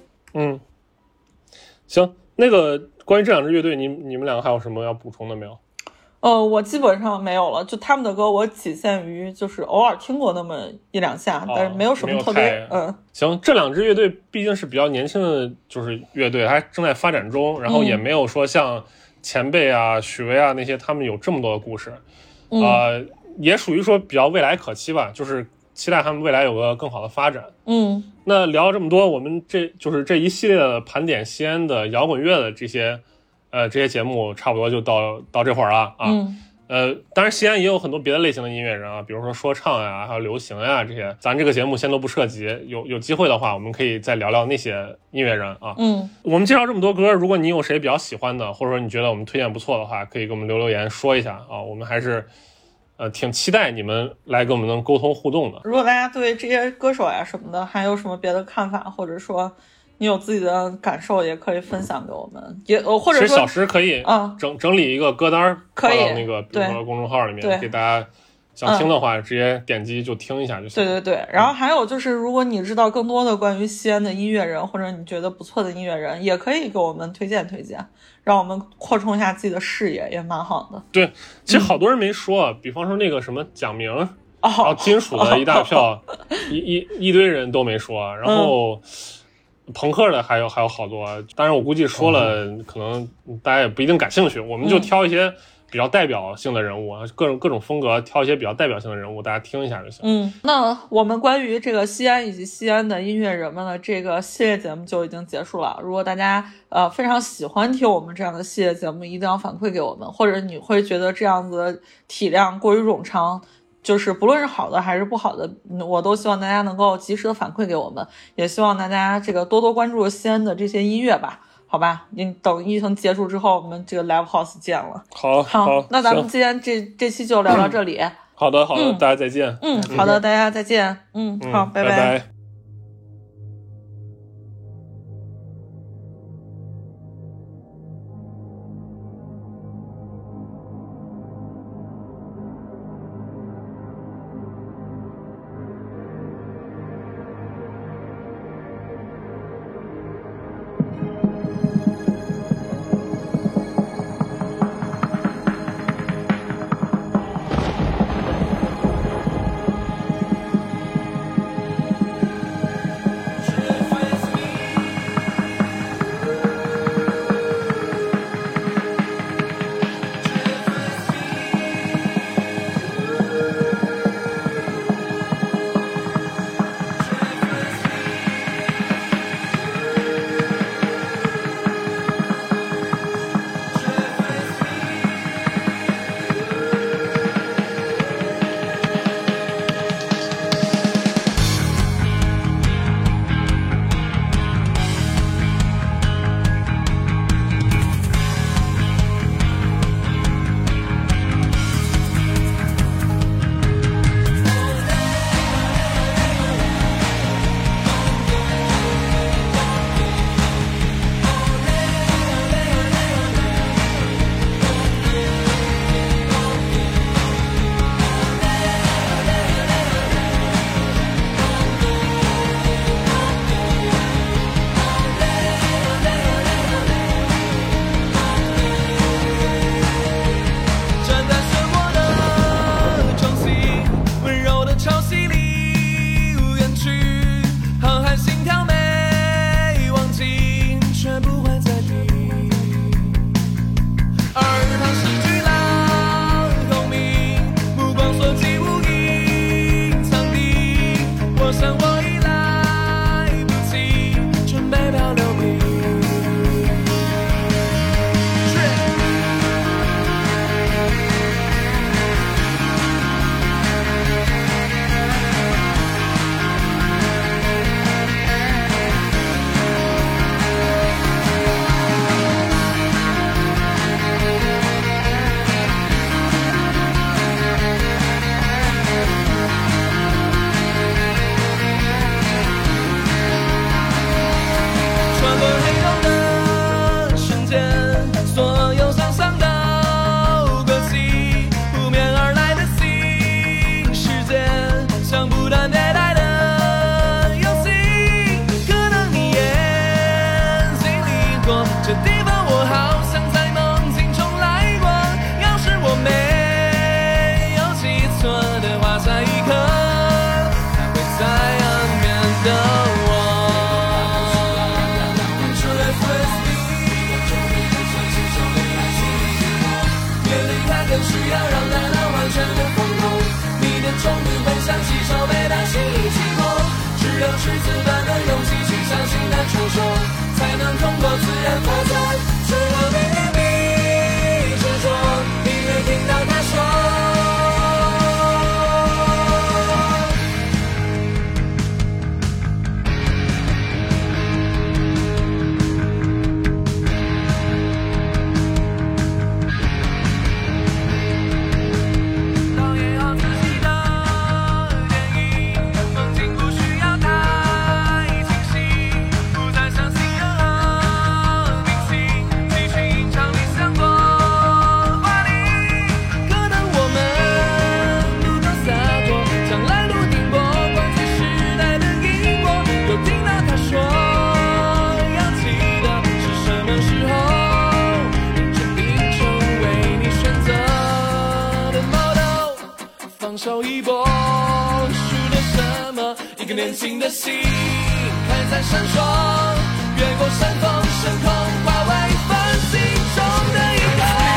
行，那个关于这两支乐队，你你们两个还有什么要补充的没有？ 呃，我基本上没有了，就他们的歌我仅限于就是偶尔听过那么一两下，哦、但是没有什么特别嗯。 行，这两支乐队毕竟是比较年轻的，就是乐队还正在发展中，然后也没有说像前辈啊、许巍啊那些他们有这么多的故事， 嗯、 呃，也属于说比较未来可期吧，就是期待他们未来有个更好的发展。 嗯， 那聊了这么多，我们这就是这一系列的盘点西安的摇滚乐的这些。呃，这些节目差不多就到到这会儿了啊。 嗯。 呃，当然西安也有很多别的类型的音乐人啊，比如说说唱呀，还有流行呀这些，咱这个节目先都不涉及。有有机会的话，我们可以再聊聊那些音乐人啊。 嗯。 我们介绍这么多歌，如果你有谁比较喜欢的，或者说你觉得我们推荐不错的话，可以给我们留留言说一下啊。我们还是呃挺期待你们来跟我们能沟通互动的。 如果大家对这些歌手呀什么的还有什么别的看法，或者说你有自己的感受，也可以分享给我们，也或者说其实小石可以啊整、嗯、整理一个歌单， 可以放到那个比如说公众号里面，给大家想听的话、嗯、直接点击就听一下就行。 对对对，然后还有就是，如果你知道更多的关于西安的音乐人，或者你觉得不错的音乐人，也可以给我们推荐推荐，让我们扩充一下自己的视野，也蛮好的。 对，其实好多人没说，嗯、比方说那个什么蒋明， 哦、 然后金属的一大票，哦、一一一堆人都没说，然后。嗯朋克的还有还有好多，当然我估计说了、嗯、可能大家也不一定感兴趣，我们就挑一些比较代表性的人物，嗯、各种各种风格，挑一些比较代表性的人物，大家听一下就行。 嗯，那我们关于这个西安以及西安的音乐人们的这个系列节目就已经结束了。如果大家呃非常喜欢听我们这样的系列节目，一定要反馈给我们，或者你会觉得这样子的体量过于冗长，就是不论是好的还是不好的，我都希望大家能够及时的反馈给我们，也希望大家这个多多关注西安的这些音乐吧，好吧？你等疫情结束之后，我们这个 Live House 见了。 好， 好， 好那咱们今天这这期就聊到这里。 好的，好的，嗯、大家再见。 嗯，好的，大家再见。嗯，好， 嗯、 拜拜拜。 这地方我好像在梦境中来过，要是我没放手一搏，输了什么？一个年轻的心还在闪烁，越过山峰升空，化为繁星中的一颗。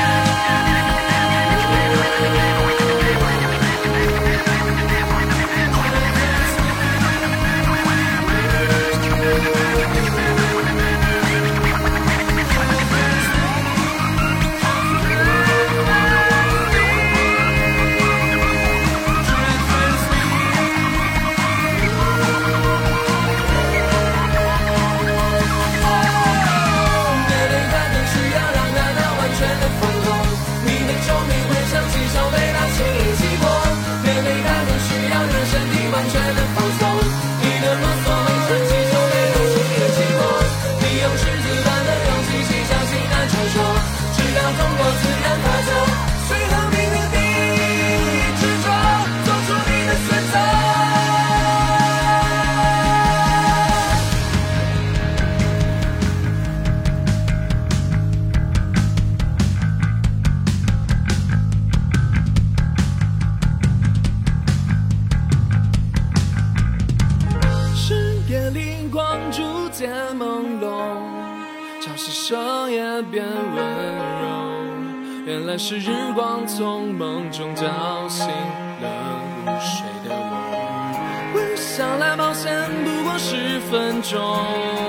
变温柔，原来是日光从梦中叫醒了入睡的我。回想来冒险不过十分钟，